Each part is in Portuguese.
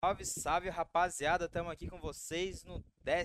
Salve, salve, rapaziada. Estamos aqui com vocês no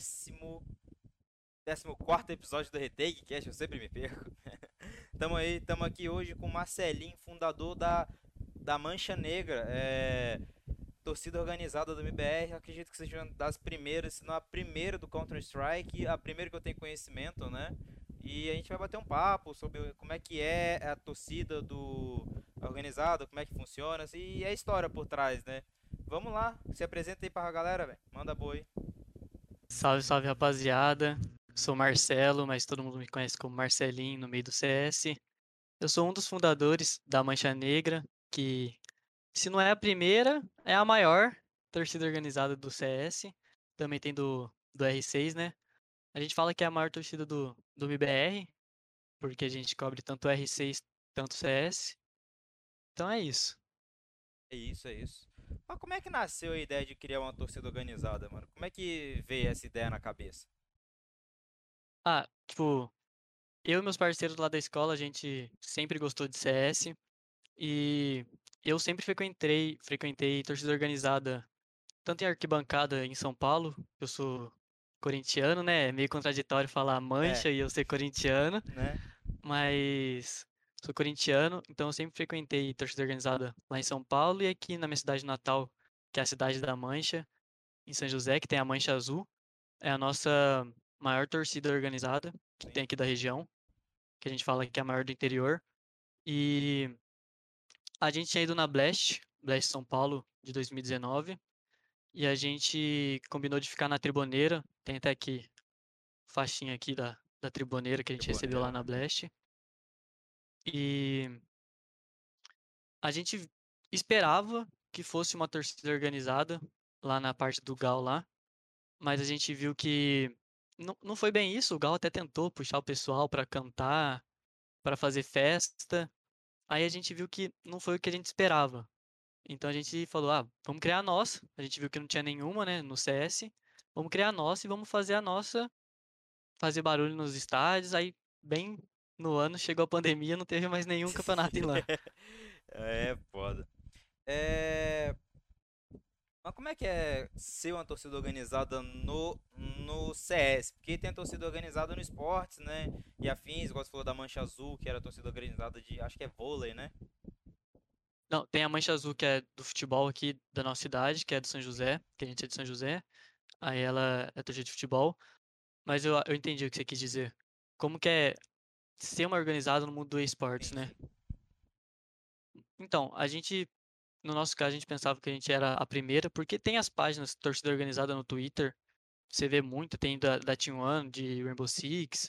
décimo quarto episódio do Retake Cast. Eu sempre me perco. Estamos aqui hoje com o Marcelinho, fundador da Mancha Negra, torcida organizada do MBR. Eu acredito que seja uma das primeiras, se não a primeira do Counter-Strike, a primeira que eu tenho conhecimento, né? E a gente vai bater um papo sobre como é que é a torcida do organizada, como é que funciona e a história por trás, né? Vamos lá, se apresenta aí pra galera, velho. Manda boa aí. Salve, salve, rapaziada. Sou Marcelo, mas todo mundo me conhece como Marcelinho no meio do CS. Eu sou um dos fundadores da Mancha Negra, que, se não é a primeira, é a maior torcida organizada do CS. Também tem do R6, né? A gente fala que é a maior torcida do MBR, porque a gente cobre tanto o R6, tanto o CS. Então é isso. É isso, é isso. Mas como é que nasceu a ideia de criar uma torcida organizada, mano? Como é que veio essa ideia na cabeça? Ah, tipo, eu e meus parceiros lá da escola, a gente sempre gostou de CS. E eu sempre frequentei torcida organizada, tanto em arquibancada em São Paulo, eu sou corintiano, né? É meio contraditório falar É, Mancha e eu ser corintiano, né? mas sou corintiano, então eu sempre frequentei torcida organizada lá em São Paulo e aqui na minha cidade natal, que é a cidade da Mancha, em São José, que tem a Mancha Azul, é a nossa maior torcida organizada que tem Sim. aqui da região, que a gente fala que é a maior do interior. E a gente tinha ido na Blast São Paulo de 2019, e a gente combinou de ficar na Triboneira. Tem até aqui faixinha aqui da Triboneira que a gente recebeu lá Triboneira, na né? Blast. E a gente esperava que fosse uma torcida organizada lá na parte do Gal lá, mas a gente viu que não foi bem isso. O Gal até tentou puxar o pessoal para cantar, para fazer festa. Aí a gente viu que não foi o que a gente esperava. Então a gente falou, vamos criar a nossa. A gente viu que não tinha nenhuma, né, no CS. Vamos criar a nossa e vamos fazer a nossa, fazer barulho nos estádios. Aí, bem no ano, chegou a pandemia, não teve mais nenhum campeonato em lá. É, foda. É. Mas como é que é ser uma torcida organizada no CS? Porque tem a torcida organizada no esportes, né? E afins, igual você falou da Mancha Azul, que era a torcida organizada de, acho que é vôlei, né? Não, tem a Mancha Azul, que é do futebol aqui da nossa cidade, que é do São Sim, José, que a gente é de São José. Aí ela é torcida de futebol. Mas eu entendi o que você quis dizer. Como que é ser uma organizada no mundo do esportes, sim, né? sim. Então, no nosso caso, a gente pensava que a gente era a primeira, porque tem as páginas de torcida organizada no Twitter. Você vê muito, tem da Team One, de Rainbow Six,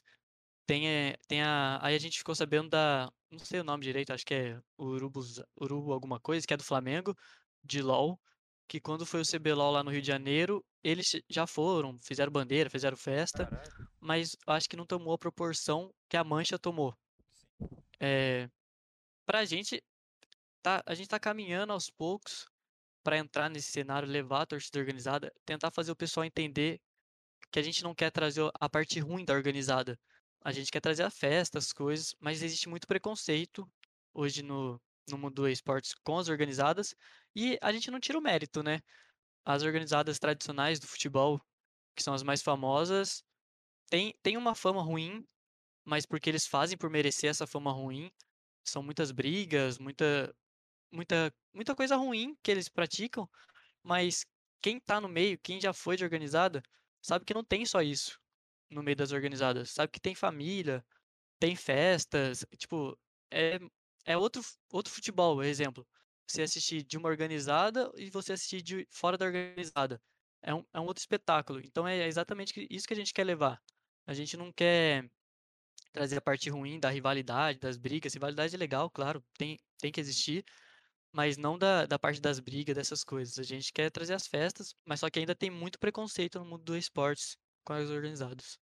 aí a gente ficou sabendo não sei o nome direito, acho que é Urubu alguma coisa, que é do Flamengo, de LoL, que quando foi o CBLOL lá no Rio de Janeiro, eles já foram, fizeram bandeira, fizeram festa, Caralho. mas eu acho que não tomou a proporção que a Mancha tomou. Sim. É, pra gente, a gente tá caminhando aos poucos para entrar nesse cenário, levar a torcida organizada, tentar fazer o pessoal entender que a gente não quer trazer a parte ruim da organizada. A gente quer trazer a festa, as coisas, mas existe muito preconceito hoje no mundo do esportes com as organizadas e a gente não tira o mérito, né? As organizadas tradicionais do futebol, que são as mais famosas, têm uma fama ruim, mas porque eles fazem por merecer essa fama ruim. São muitas brigas, muita coisa ruim que eles praticam, mas quem tá no meio, quem já foi de organizada, sabe que não tem só isso no meio das organizadas. Sabe que tem família, tem festas, tipo, é, é outro futebol, exemplo. Você assistir de uma organizada e você assistir de fora da organizada. É um outro espetáculo. Então é exatamente isso que a gente quer levar. A gente não quer trazer a parte ruim da rivalidade, das brigas. Rivalidade é legal, claro, tem que existir, mas não da parte das brigas, dessas coisas. A gente quer trazer as festas, mas só que ainda tem muito preconceito no mundo do esportes com os organizados.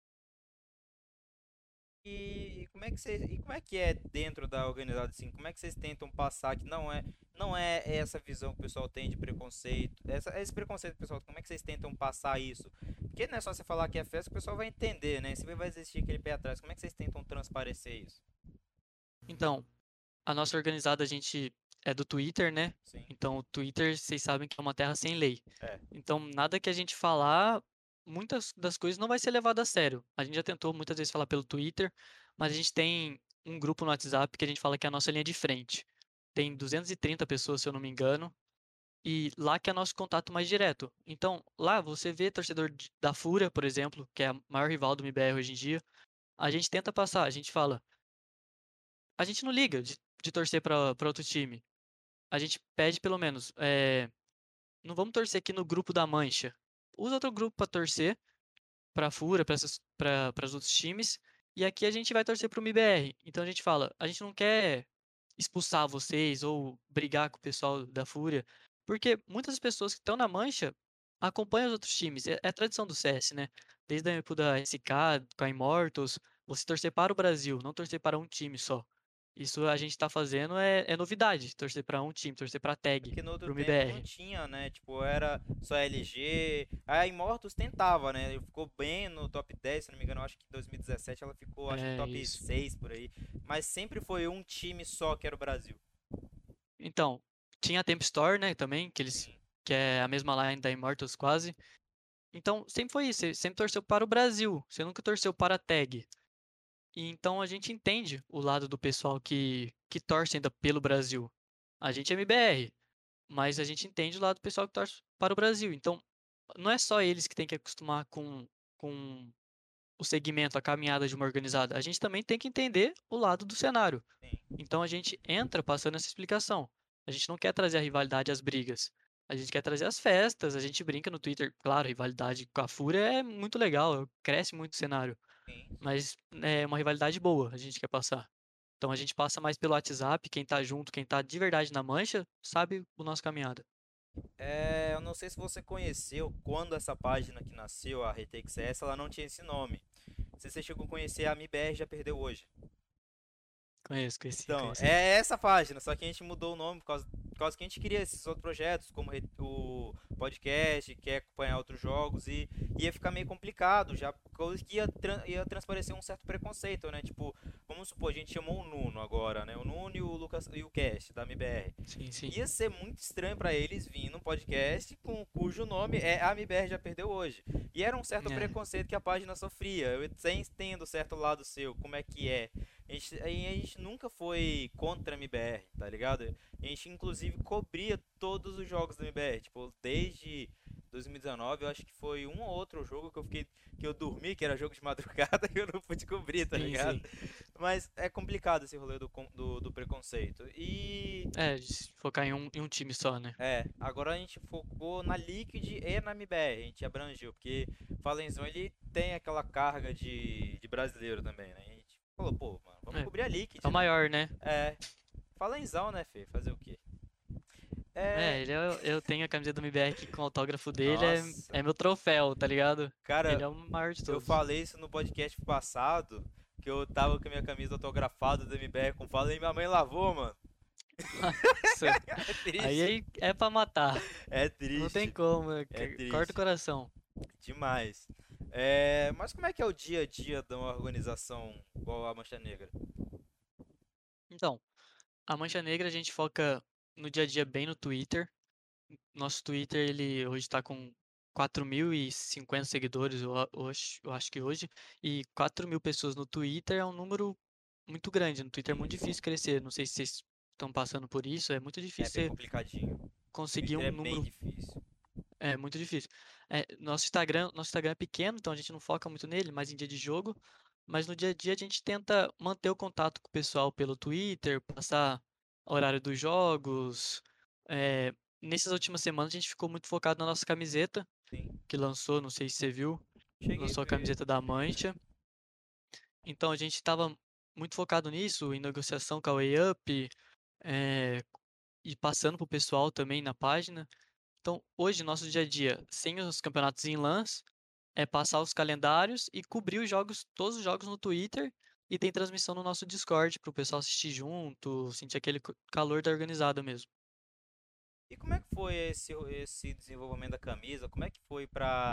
E como é que é dentro da organizada assim? Como é que vocês tentam passar que não é essa visão que o pessoal tem de preconceito, esse preconceito pessoal, como é que vocês tentam passar isso? Porque não é só você falar que é festa que o pessoal vai entender, né? Se vai existir aquele pé atrás, como é que vocês tentam transparecer isso? Então, a nossa organizada, a gente. é do Twitter, né? Sim. Então o Twitter, vocês sabem que é uma terra sem lei. É. Então nada que a gente falar, muitas das coisas não vai ser levado a sério. A gente já tentou muitas vezes falar pelo Twitter, mas a gente tem um grupo no WhatsApp que a gente fala que é a nossa linha de frente. Tem 230 pessoas, se eu não me engano, e lá que é nosso contato mais direto. Então, lá você vê torcedor da Fúria, por exemplo, que é a maior rival do MBR hoje em dia, a gente tenta passar, a gente fala, a gente não liga de torcer para outro time. A gente pede pelo menos, não vamos torcer aqui no grupo da Mancha. Usa outro grupo para torcer, para a Fúria, para os outros times, e aqui a gente vai torcer para o MBR. Então a gente fala, a gente não quer expulsar vocês ou brigar com o pessoal da Fúria, porque muitas pessoas que estão na Mancha acompanham os outros times. É tradição do CS, né? Desde a época da SK, com a Immortals, você torcer para o Brasil, não torcer para um time só. Isso a gente está fazendo é novidade, torcer para um time, torcer para a tag, Porque no outro para o tempo não MBR. tinha, né? Tipo, era só LG. A Immortals tentava, né? Ficou bem no top 10, se não me engano, eu acho que em 2017 ela ficou, acho que É top isso. 6 por aí. Mas sempre foi um time só que era o Brasil. Então, tinha a Temp Store, né, também, Sim, que é a mesma line da Immortals quase. Então, sempre foi isso, você sempre torceu para o Brasil, você nunca torceu para a tag. E então a gente entende o lado do pessoal que torce ainda pelo Brasil. A gente é MBR, mas a gente entende o lado do pessoal que torce para o Brasil. Então, não é só eles que têm que acostumar com o segmento, a caminhada de uma organizada. A gente também tem que entender o lado do cenário. sim, Então a gente entra passando essa explicação. A gente não quer trazer a rivalidade às brigas. A gente quer trazer as festas, a gente brinca no Twitter. Claro, a rivalidade com a Fúria é muito legal, cresce muito o cenário. sim, sim. Mas é uma rivalidade boa, a gente quer passar. Então a gente passa mais pelo WhatsApp, quem tá junto, quem tá de verdade na mancha, sabe o nosso caminhada. É, eu não sei se você conheceu quando essa página que nasceu, a RTXS, ela não tinha esse nome. Se você chegou a conhecer, a MIBR já perdeu hoje. Conheço, conheci, Então, conheci. é essa página, só que a gente mudou o nome por causa que a gente queria esses outros projetos, como o podcast, quer acompanhar outros jogos, e ia ficar meio complicado, já porque ia transparecer um certo preconceito, né? Tipo, vamos supor, a gente chamou o Nuno agora, né? O Nuno e o Lucas e o Cast da MBR. Sim, sim. Ia ser muito estranho pra eles vir num podcast cujo nome é A MBR já perdeu hoje. E era um certo É, preconceito que a página sofria. Eu entendo certo lado seu, como é que é. A gente nunca foi contra a MBR, tá ligado? A gente inclusive cobria todos os jogos da MBR, tipo, desde 2019, eu acho que foi um ou outro jogo que eu dormi, que era jogo de madrugada, e eu não pude cobrir, tá sim, ligado? sim. Mas é complicado esse rolê do preconceito. E De focar em um time só, né? agora a gente focou na Liquid e na MBR, a gente abrangeu, porque Falenzão ele tem aquela carga de brasileiro também, né? A gente falou, pô, mano, vamos É, cobrir a Liquid, é o né? maior, né? É, Falenzão, né, Fê? Fazer o quê? É, É, eu tenho a camiseta do MBR aqui com o autógrafo dele, nossa, é meu troféu, tá ligado? Ele cara, é o maior de eu todos. falei isso no podcast passado, que eu tava com a minha camisa autografada do MBR com Fala e minha mãe lavou, mano. Nossa, É aí triste, é pra matar. é Não tem triste, como, é corta o triste, coração. demais. É, mas como é que é o dia a dia de uma organização igual a Mancha Negra? Então, a Mancha Negra a gente foca no dia a dia bem no Twitter. Nosso Twitter, ele hoje tá com 4.050 seguidores, eu acho que hoje. E 4.000 pessoas no Twitter é um número muito grande. No Twitter é muito Sim, difícil crescer. Não sei se vocês estão passando por isso. É muito é difícil bem você complicadinho. conseguir Twitter um é bem número. difícil. É muito difícil. Nosso Instagram é pequeno, então a gente não foca muito nele, mais em dia de jogo. Mas no dia a dia a gente tenta manter o contato com o pessoal pelo Twitter, passar horário dos jogos. É, Nessas últimas semanas a gente ficou muito focado na nossa camiseta, Sim, que lançou, não sei se você viu, cheguei a lançou a ver. camiseta da Cheguei a ver. Mancha. Então a gente estava muito focado nisso, em negociação com a WayUp, é, e passando para o pessoal também na página. Então, hoje, nosso dia a dia, sem os campeonatos em LANs, é passar os calendários e cobrir os jogos, todos os jogos no Twitter e tem transmissão no nosso Discord para o pessoal assistir junto, sentir aquele calor da organizada mesmo. E como é que foi esse desenvolvimento da camisa? Como é que foi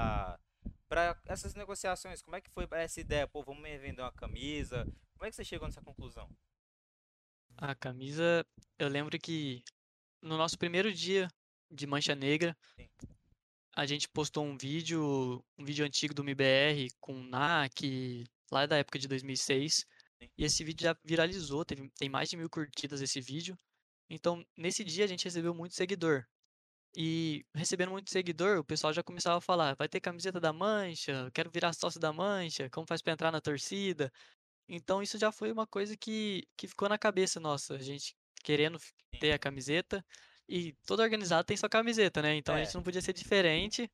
pra essas negociações? Como é que foi essa ideia? Pô, vamos vender uma camisa? Como é que você chegou nessa conclusão? A camisa, eu lembro que no nosso primeiro dia de Mancha Negra, Sim, a gente postou um vídeo antigo do MBR com o NAC, lá da época de 2006. sim. E esse vídeo já viralizou, tem mais de 1.000 curtidas esse vídeo. Então, nesse dia a gente recebeu muito seguidor. E recebendo muito seguidor, o pessoal já começava a falar: vai ter camiseta da Mancha, quero virar sócio da Mancha, como faz pra entrar na torcida? Então, isso já foi uma coisa que ficou na cabeça nossa, a gente querendo Sim. ter a camiseta. E todo organizado tem sua camiseta, né? Então a É, gente não podia ser diferente.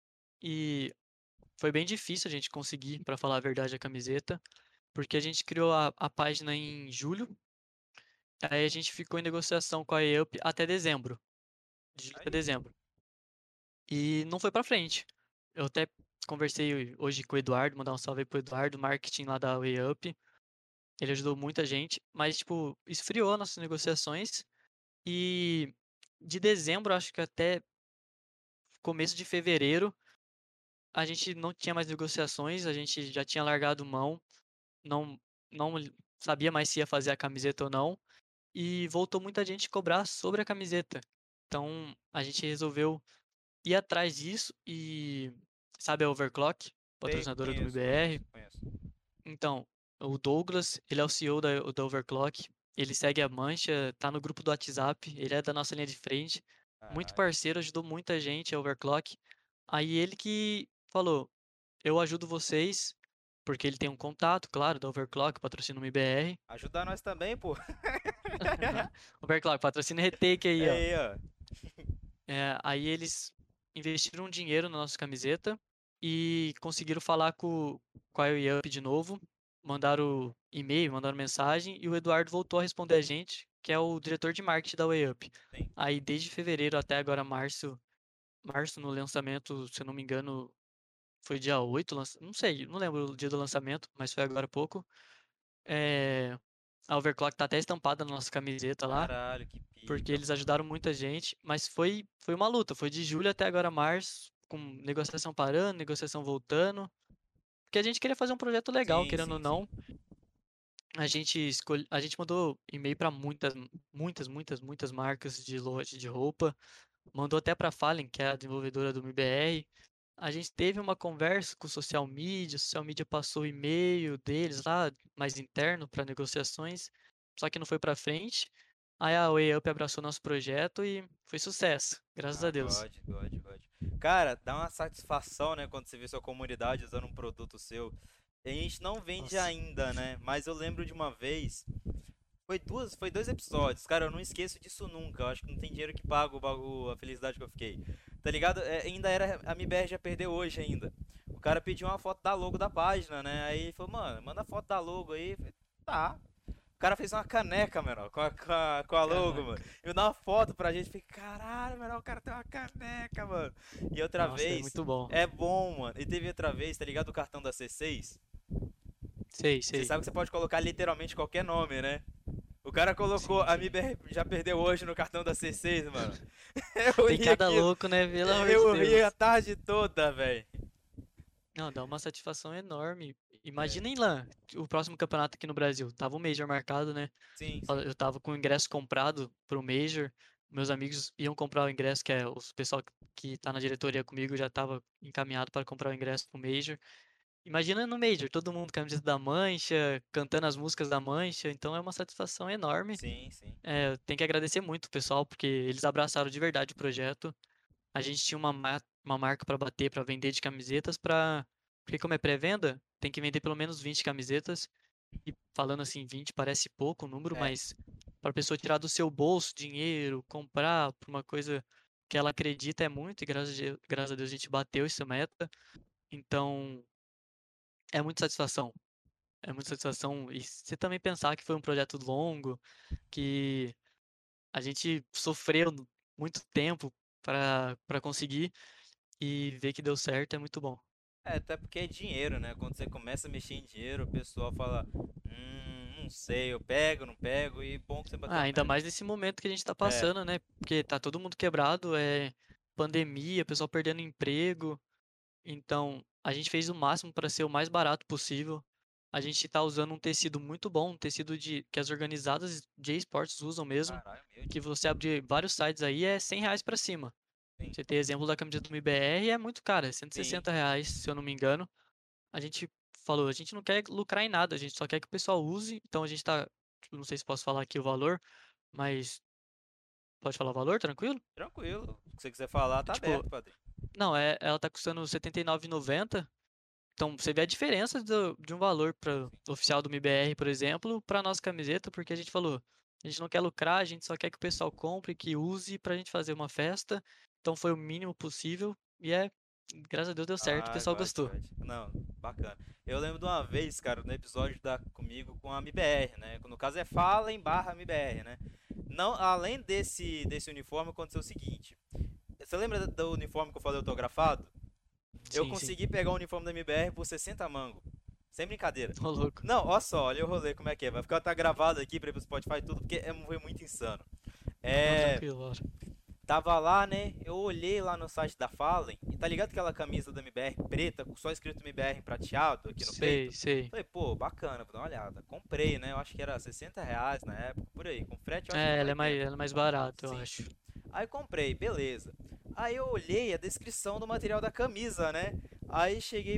E foi bem difícil a gente conseguir, pra falar a verdade, a camiseta, porque a gente criou a página em julho, aí a gente ficou em negociação com a EUP até dezembro, de julho até aí, dezembro. E não foi pra frente. Eu até conversei hoje com o Eduardo, mandar um salve aí pro Eduardo, marketing lá da WayUp. Ele ajudou muita gente, mas tipo, esfriou nossas negociações e de dezembro, acho que até começo de fevereiro, a gente não tinha mais negociações, a gente já tinha largado mão, não não sabia mais se ia fazer a camiseta ou não, e voltou muita gente cobrar sobre a camiseta. Então, a gente resolveu ir atrás disso e sabe a Overclock, sei, patrocinadora do conheço, MBR? conheço, conheço. Então, o Douglas, ele é o CEO da Overclock, ele segue a Mancha, tá no grupo do WhatsApp, ele é da nossa linha de frente, muito Caralho. parceiro, ajudou muita gente a Overclock. Aí ele que falou: eu ajudo vocês, porque ele tem um contato, claro, da Overclock, patrocina o MBR. Ajuda nós também, pô. Overclock, patrocina Retake aí, ó. Aí, ó. Aí eles investiram um dinheiro na nossa camiseta e conseguiram falar com a UP de novo. Mandaram e-mail, mandaram mensagem e o Eduardo voltou a responder a gente, que é o diretor de marketing da WayUp. Sim. Aí desde fevereiro até agora março no lançamento, se eu não me engano, foi dia 8, não sei, não lembro o dia do lançamento, mas foi agora há pouco. É, a Overclock tá até estampada na nossa camiseta lá, Caralho, que porque pica, eles mano. ajudaram muita gente, mas foi uma luta, foi de julho até agora março, com negociação parando, negociação voltando, porque a gente queria fazer um projeto legal, Sim, querendo ou sim, sim. não. A gente mandou e-mail para muitas marcas de loja de roupa, mandou até para Fallen, que é a desenvolvedora do MBR. A gente teve uma conversa com o social media passou o e-mail deles lá, mais interno para negociações, só que não foi para frente. Aí a WayUp abraçou nosso projeto e foi sucesso, graças a Ah, Deus. God. Cara, dá uma satisfação, né, quando você vê sua comunidade usando um produto seu. A gente não vende Nossa. ainda, né? Mas eu lembro de uma vez. Foi dois episódios, cara, eu não esqueço disso nunca. Eu acho que não tem dinheiro que paga a felicidade que eu fiquei. Tá ligado? É, ainda era. A MBR já perdeu hoje ainda. O cara pediu uma foto da logo da página, né? Aí ele falou, mano, manda foto da logo aí. Eu falei, tá. O cara fez uma caneca, menor, com a logo, mano. Caraca. E me dá uma foto pra gente. Falei, caralho, menor, o cara tem uma caneca, mano. E outra Nossa, é vez, muito bom. é bom, mano. E teve outra vez, tá ligado? O cartão da C6. Sei, Você sei. sabe que você pode colocar literalmente qualquer nome, né? O cara colocou Sim, a sim. MIBR já perdeu hoje no cartão da C6, mano. Eu Tem ri cada aquilo. louco, né? Pelo amor de Eu ri a Deus. tarde toda, velho. Não, dá uma satisfação enorme. É, Imagina em LAN, o próximo campeonato aqui no Brasil. Tava o Major marcado, né? sim, sim. Eu tava com o ingresso comprado pro Major. Meus amigos iam comprar o ingresso, que é o pessoal que tá na diretoria comigo já tava encaminhado para comprar o ingresso pro Major. Imagina no Major, todo mundo com a camiseta da Mancha, cantando as músicas da Mancha, então é uma satisfação enorme. Sim, sim. Tem que agradecer muito o pessoal, porque eles abraçaram de verdade o projeto. A gente tinha uma marca para bater, para vender de camisetas, porque como é pré-venda, tem que vender pelo menos 20 camisetas. E falando assim, 20 parece pouco o número, É, mas para a pessoa tirar do seu bolso dinheiro, comprar por uma coisa que ela acredita é muito, e graças a Deus a gente bateu essa meta. Então, é muita satisfação. É muita satisfação. E você também pensar que foi um projeto longo, que a gente sofreu muito tempo para conseguir e ver que deu certo é muito bom. até porque é dinheiro, né? Quando você começa a mexer em dinheiro, o pessoal fala, não sei, eu pego, não pego, e bom que você bateu Ah, a ainda meta. mais nesse momento que a gente tá É, passando, né? Porque tá todo mundo quebrado, é pandemia, pessoal perdendo emprego. Então, a gente fez o máximo para ser o mais barato possível. A gente tá usando um tecido muito bom, um tecido que as organizadas de esportes usam mesmo, Caralho, humilde. que você abrir vários sites aí é R$ 100 pra cima. Sim, Você tem exemplo da camiseta do MBR, é muito cara, é cento e sim. sessenta reais, se eu não me engano. A gente falou, a gente não quer lucrar em nada, a gente só quer que o pessoal use, então a gente tá, tipo, não sei se posso falar aqui o valor, mas pode falar o valor, tranquilo? Tranquilo. Se você quiser falar, tá Tipo, aberto, padrinho. não, ela tá custando R$ 79,90. Então, você vê a diferença de um valor para Sim. oficial do MBR, por exemplo, para nossa camiseta, porque a gente falou, a gente não quer lucrar, a gente só quer que o pessoal compre, que use para a gente fazer uma festa. Então, foi o mínimo possível e graças a Deus deu certo, o Ai, pessoal God, gostou. God. Não, bacana. Eu lembro de uma vez, cara, no episódio da comigo com a MBR, né? No caso é Fallen barra MBR, né? Não, além desse uniforme, aconteceu o seguinte. Você lembra do uniforme que eu falei autografado? Eu Sim, sim. consegui pegar o uniforme da MBR por 60 mango. Sem brincadeira. Ô, louco. Não, ó só, olha o rolê como é que é. Vai ficar tá gravado aqui pra ir pro Spotify e tudo, porque foi muito insano. Não, É. tranquilo, bora. Tava lá, né? Eu olhei lá no site da Fallen e tá ligado aquela camisa da MBR preta com só escrito MBR prateado aqui no Sei, peito? sei. Falei, pô, bacana, vou dar uma olhada. Comprei, né? Eu acho que era R$ 60 na época, por aí. Com frete eu acho que É, era 80. ela é mais barata, eu Sim, acho. sim. Aí comprei, beleza. Aí eu olhei a descrição do material da camisa, né? Aí cheguei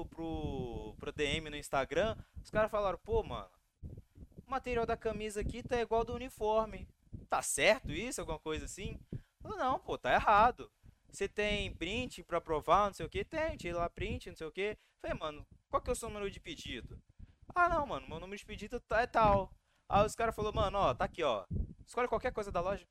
pro DM no Instagram, os caras falaram, pô, mano, o material da camisa aqui tá igual ao do uniforme. Tá certo isso? Alguma coisa assim? Falei, não, pô, tá errado. Você tem print pra provar, não sei o que? Tem, tira lá print, não sei o que. Falei, mano, qual que é o seu número de pedido? Ah, não, mano, meu número de pedido é tal. Aí os caras falaram, mano, ó, tá aqui, ó. Escolhe qualquer coisa da loja.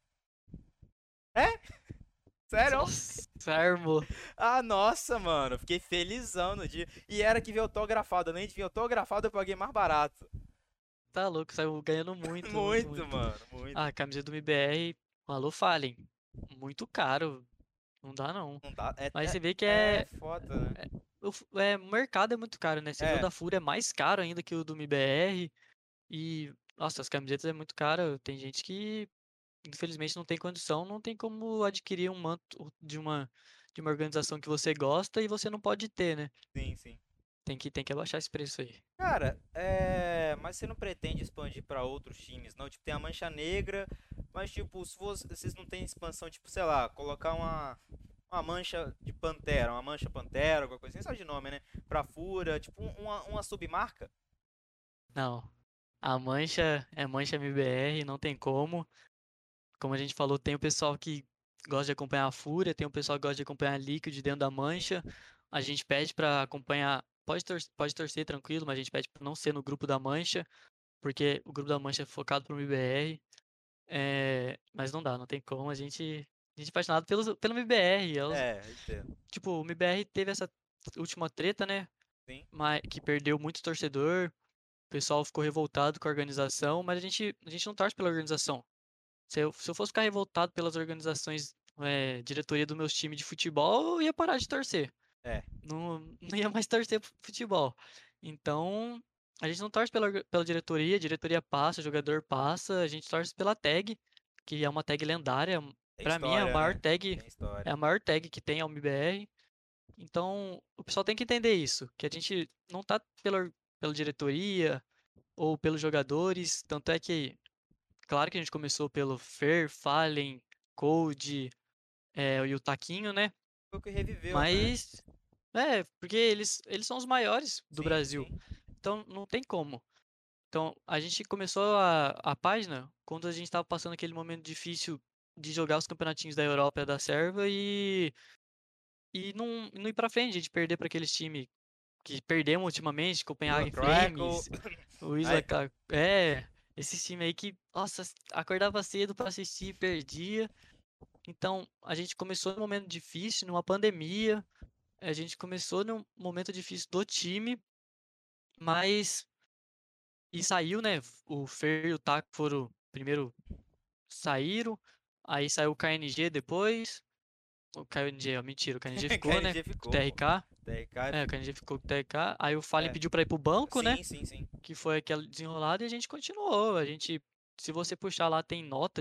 É? Sério? Nossa, armou. Ah, nossa, mano, fiquei felizão no dia. E era que veio autografado, além de vir autografado, eu paguei mais barato. Tá louco, saiu ganhando muito, muito, Muito, muito. mano, muito. Ah, a camisa do MBR, alô, Fallen. Muito caro. Não dá, não. Não dá, Mas você vê que é foda, né? o mercado é muito caro, né? Você vê o É, da Fúria é mais caro ainda que o do MBR. E, nossa, as camisetas é muito caro. Tem gente que, infelizmente, não tem condição, não tem como adquirir um manto de uma organização que você gosta e você não pode ter, né? sim, sim. Tem que abaixar esse preço aí. Cara, mas você não pretende expandir pra outros times, não? Tipo, tem a Mancha Negra, mas tipo, se vocês não têm expansão, tipo, sei lá, colocar uma mancha de Pantera, uma mancha Pantera, alguma coisa assim, só de nome, né? Pra Fúria, tipo, uma submarca? Não. A mancha é mancha MBR, não tem como. Como a gente falou, tem o pessoal que gosta de acompanhar a Fúria, tem o pessoal que gosta de acompanhar a Liquid dentro da Sim, mancha. A gente pede pra acompanhar, pode torcer tranquilo, mas a gente pede pra não ser no grupo da mancha, porque o grupo da mancha é focado pro MBR. Mas não dá, não tem como. A gente é apaixonado pelo MBR. entendo. Tipo, o MBR teve essa última treta, né? Sim, Que perdeu muito torcedor. O pessoal ficou revoltado com a organização, mas a gente não torce pela organização. Se eu fosse ficar revoltado pelas organizações, diretoria dos meus times de futebol, eu ia parar de torcer. é, Não, não ia mais torcer pro futebol. Então, a gente não torce pela diretoria, a diretoria passa, o jogador passa, a gente torce pela tag, que é uma tag lendária. tem Pra mim, é a história, maior né? tag, Tem é história. a maior tag que tem a MBR. Então, o pessoal tem que entender isso, que a gente não tá pela diretoria ou pelos jogadores, tanto é que claro que a gente começou pelo Fer, Fallen, Cold, e o Taquinho, né? Foi o que reviveu, né? Mas, porque eles são os maiores do Sim, Brasil. sim. Então, não tem como. Então, a gente começou a página quando a gente estava passando aquele momento difícil de jogar os campeonatinhos da Europa e da Sérvia e não ir pra frente, a gente perder para aqueles times que perdemos ultimamente, Isla Copenhagen Crackle. Flames, o Isla, Aí, esse time aí que, nossa, acordava cedo para assistir e perdia. Então, a gente começou num momento difícil, numa pandemia, a gente começou num momento difícil do time, mas e saiu, né? O Fer e o Taco foram primeiro saíram, aí saiu o KNG depois. O KNG, ó, mentira, o KNG ficou, né? KNG Com o ficou, pô. TRK. TRK O ficou. KNG ficou com o TRK. Aí o Fallen É. pediu pra ir pro banco, né? Sim, sim, sim. Que foi aquela desenrolada e a gente continuou. Se você puxar lá, tem nota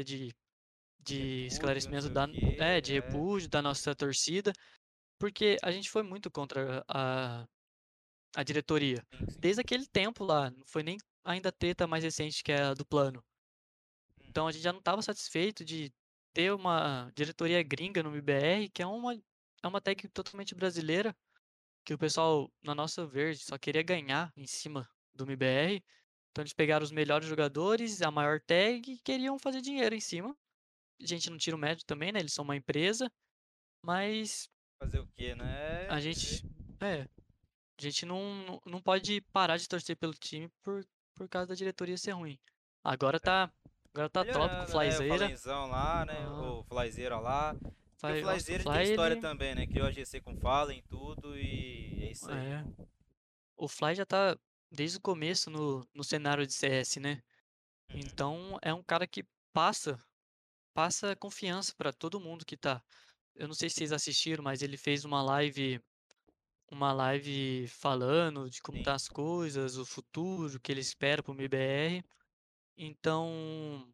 de Repúdio, não esclarecimento sei o que. de repúdio da nossa torcida, porque a gente foi muito contra a diretoria. Sim, sim. Desde aquele tempo lá, não foi nem ainda a treta mais recente que é a do plano. Então a gente já não estava satisfeito de ter uma diretoria gringa no MBR, que é uma tag totalmente brasileira, que o pessoal, na nossa verde, só queria ganhar em cima do MBR. Então eles pegaram os melhores jogadores, a maior tag e queriam fazer dinheiro em cima. A gente não tira o mérito também, né? Eles são uma empresa, mas Fazer o quê, né? a Viver. gente, é, a gente não pode parar de torcer pelo time por causa da diretoria ser ruim. Agora É. tá, agora tá top com o Melhorando, né? O Flyzeira. Falenzão lá, né? Ah, O Flyzeira lá. Porque o Nossa, o Flyzeira ele tem Fly, história ele. também, né? Criou a GC com Fallen e tudo e é isso aí, É, irmão. o Fly já tá desde o começo no cenário de CS, né? Uhum. Então é um cara que passa confiança pra todo mundo que tá. Eu não sei se vocês assistiram, mas ele fez uma live falando de como Sim, tá as coisas, o futuro, o que ele espera pro MBR. Então,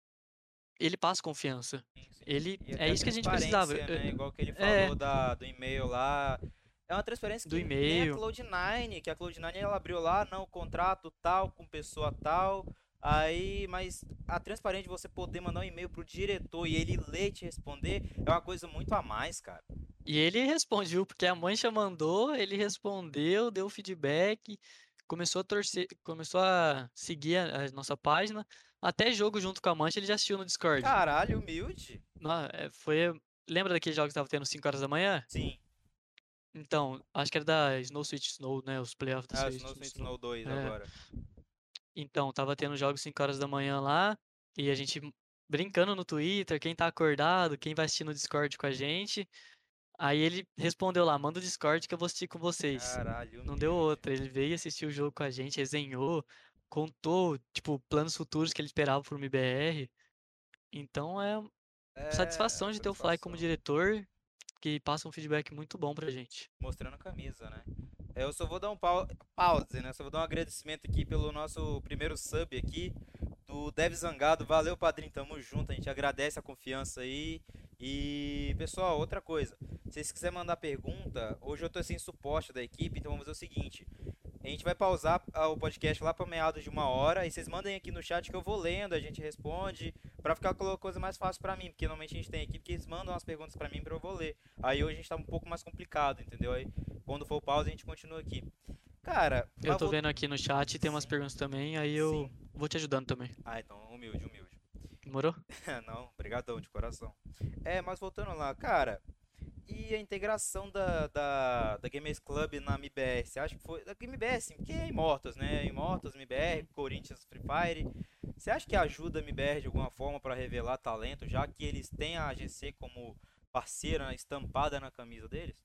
ele passa confiança. sim, sim. Ele E é até isso que a gente precisava. transparência, né? Igual que ele É, falou do e-mail lá. É uma transferência do que nem a e-mail. Cloud9, que a Cloud9 ela abriu lá, não, contrato tal, com pessoa tal. Aí, mas a transparência de você poder mandar um e-mail pro diretor e ele ler e te responder é uma coisa muito a mais, cara. E ele respondeu, porque a Mancha mandou, ele respondeu, deu feedback, começou a torcer, começou a seguir a nossa página. Até jogo junto com a Mancha ele já assistiu no Discord. Caralho, humilde. Lembra daquele jogo que tava tendo 5 horas da manhã? Sim, Então, acho que era da Snow Switch Snow, né? Os playoffs da ah, Switch Snow Saints Snow. Snow 2 É. agora. Então, tava tendo jogos 5 horas da manhã lá, e a gente brincando no Twitter, quem tá acordado, quem vai assistir no Discord com a gente. Aí ele respondeu lá, manda o Discord que eu vou assistir com vocês. Caralho, Não deu humilde. outra, ele veio assistir o jogo com a gente, resenhou, contou, tipo, planos futuros que ele esperava pro MBR. Então é É, satisfação de ter o Fly como satisfação. diretor, que passa um feedback muito bom pra gente. Mostrando a camisa, né? Eu só vou dar um pause, né? Só vou dar um agradecimento aqui pelo nosso primeiro sub aqui, do Dev Zangado. Valeu, padrinho, tamo junto. A gente agradece a confiança aí. E, pessoal, outra coisa. Se vocês quiserem mandar pergunta, hoje eu tô sem suporte da equipe, então vamos fazer o seguinte. A gente vai pausar o podcast lá para meados de 1 hora e vocês mandem aqui no chat que eu vou lendo, a gente responde, para ficar com a coisa mais fácil para mim, porque normalmente a gente tem equipe que eles mandam as perguntas para mim para eu vou ler. Aí hoje a gente tá um pouco mais complicado, entendeu? Aí quando for pausa a gente continua aqui. Cara, Eu mas tô vou. vendo aqui no chat, tem umas Sim, perguntas também, aí sim. eu vou te ajudando também. Ah, então, humilde, humilde. Demorou? Não, brigadão de coração. É, mas voltando lá, cara, e a integração da Gamers Club na MBR? Você acha que foi. Da MBR, sim, porque é Immortals, né? Immortals, MBR, Uhum. Corinthians, Free Fire. Você acha que ajuda a MBR de alguma forma para revelar talento, já que eles têm a AGC como parceira estampada na camisa deles?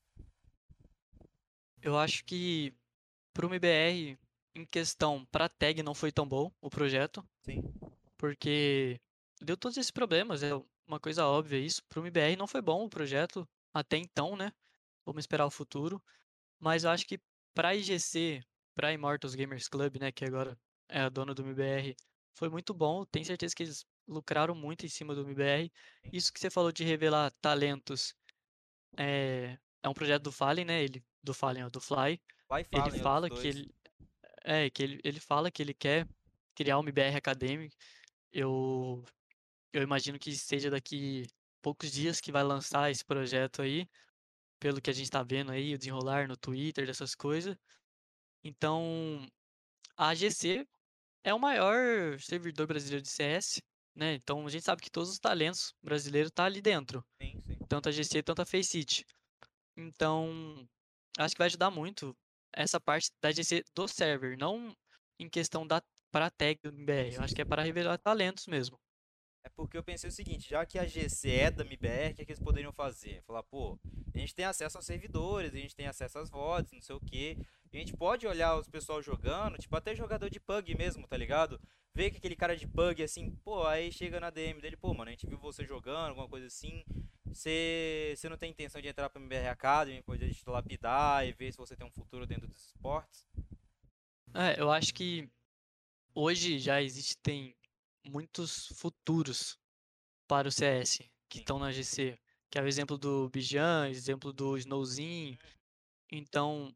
Eu acho que pro MBR, em questão pra tag, não foi tão bom o projeto, Sim, porque deu todos esses problemas, é uma coisa óbvia isso. Pro MBR não foi bom o projeto até então, né? Vamos esperar o futuro. Mas eu acho que pra IGC, pra Immortals Gamers Club, né, que agora é a dona do MBR, foi muito bom. Tenho certeza que eles lucraram muito em cima do MBR. sim. Isso que você falou de revelar talentos é um projeto do Fallen, né? Do Fallen, ó, do Fly. Vai e Ele fala em outros fala que dois. ele fala que ele quer criar uma IBR Academy. Eu, eu imagino que seja daqui poucos dias que vai lançar esse projeto aí, pelo que a gente tá vendo aí, o desenrolar no Twitter, dessas coisas. Então, a AGC é o maior servidor brasileiro de CS, né? Então, a gente sabe que todos os talentos brasileiros tá ali dentro, Sim, sim. tanto a GC, tanto a Faceit. Então, acho que vai ajudar muito essa parte da GC do server, não em questão da para tag do Sim, MBR. Eu sim, acho que é sim. para revelar talentos mesmo. É porque eu pensei o seguinte, já que a GC é da MBR, o que, é que eles poderiam fazer? Falar, pô, a gente tem acesso aos servidores, a gente tem acesso às VODs, não sei o que. A gente pode olhar os pessoal jogando, tipo até jogador de pug mesmo, tá ligado? Ver que aquele cara de pug assim, pô, aí chega na DM dele, pô, mano, a gente viu você jogando, alguma coisa assim. Você não tem intenção de entrar pra MBR Academy, poder te lapidar e ver se você tem um futuro dentro dos esportes? Eu acho que hoje já existem muitos futuros para o CS que Sim. estão na GC, que é o exemplo do Bijan, exemplo do Snowzine. Então,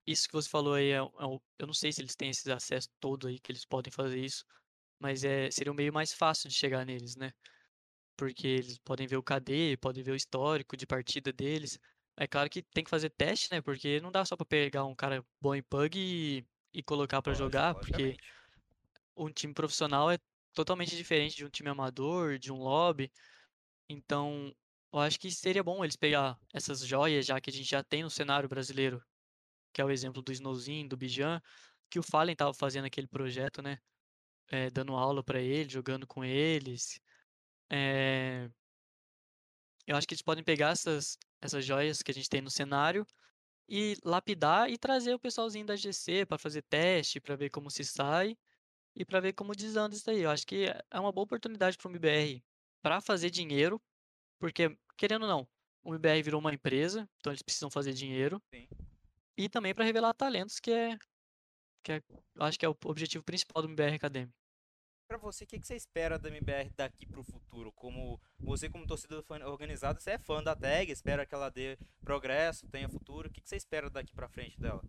isso que você falou aí eu não sei se eles têm esse acesso todo aí, que eles podem fazer isso, mas seria um meio mais fácil de chegar neles, né? Porque eles podem ver o KD, podem ver o histórico de partida deles. É claro que tem que fazer teste, né? Porque não dá só pra pegar um cara bom em pug e colocar pra Lógico, jogar, porque logicamente. um time profissional é totalmente diferente de um time amador, de um lobby. Então, eu acho que seria bom eles pegar essas joias, já que a gente já tem no cenário brasileiro, que é o exemplo do Snowzinho, do Bijan, que o Fallen tava fazendo aquele projeto, né? Dando aula pra eles, jogando com eles. É, eu acho que eles podem pegar essas joias que a gente tem no cenário e lapidar e trazer o pessoalzinho da GC para fazer teste, para ver como se sai e para ver como desanda isso aí. Eu acho que é uma boa oportunidade para o MBR para fazer dinheiro, porque, querendo ou não, o MBR virou uma empresa, então eles precisam fazer dinheiro, Sim. e também para revelar talentos, eu acho que é o objetivo principal do MBR Academy. Pra você, o que você espera da MBR daqui pro futuro? Como você, como torcedor organizado, você é fã da tag, espera que ela dê progresso, tenha futuro. O que você espera daqui pra frente dela?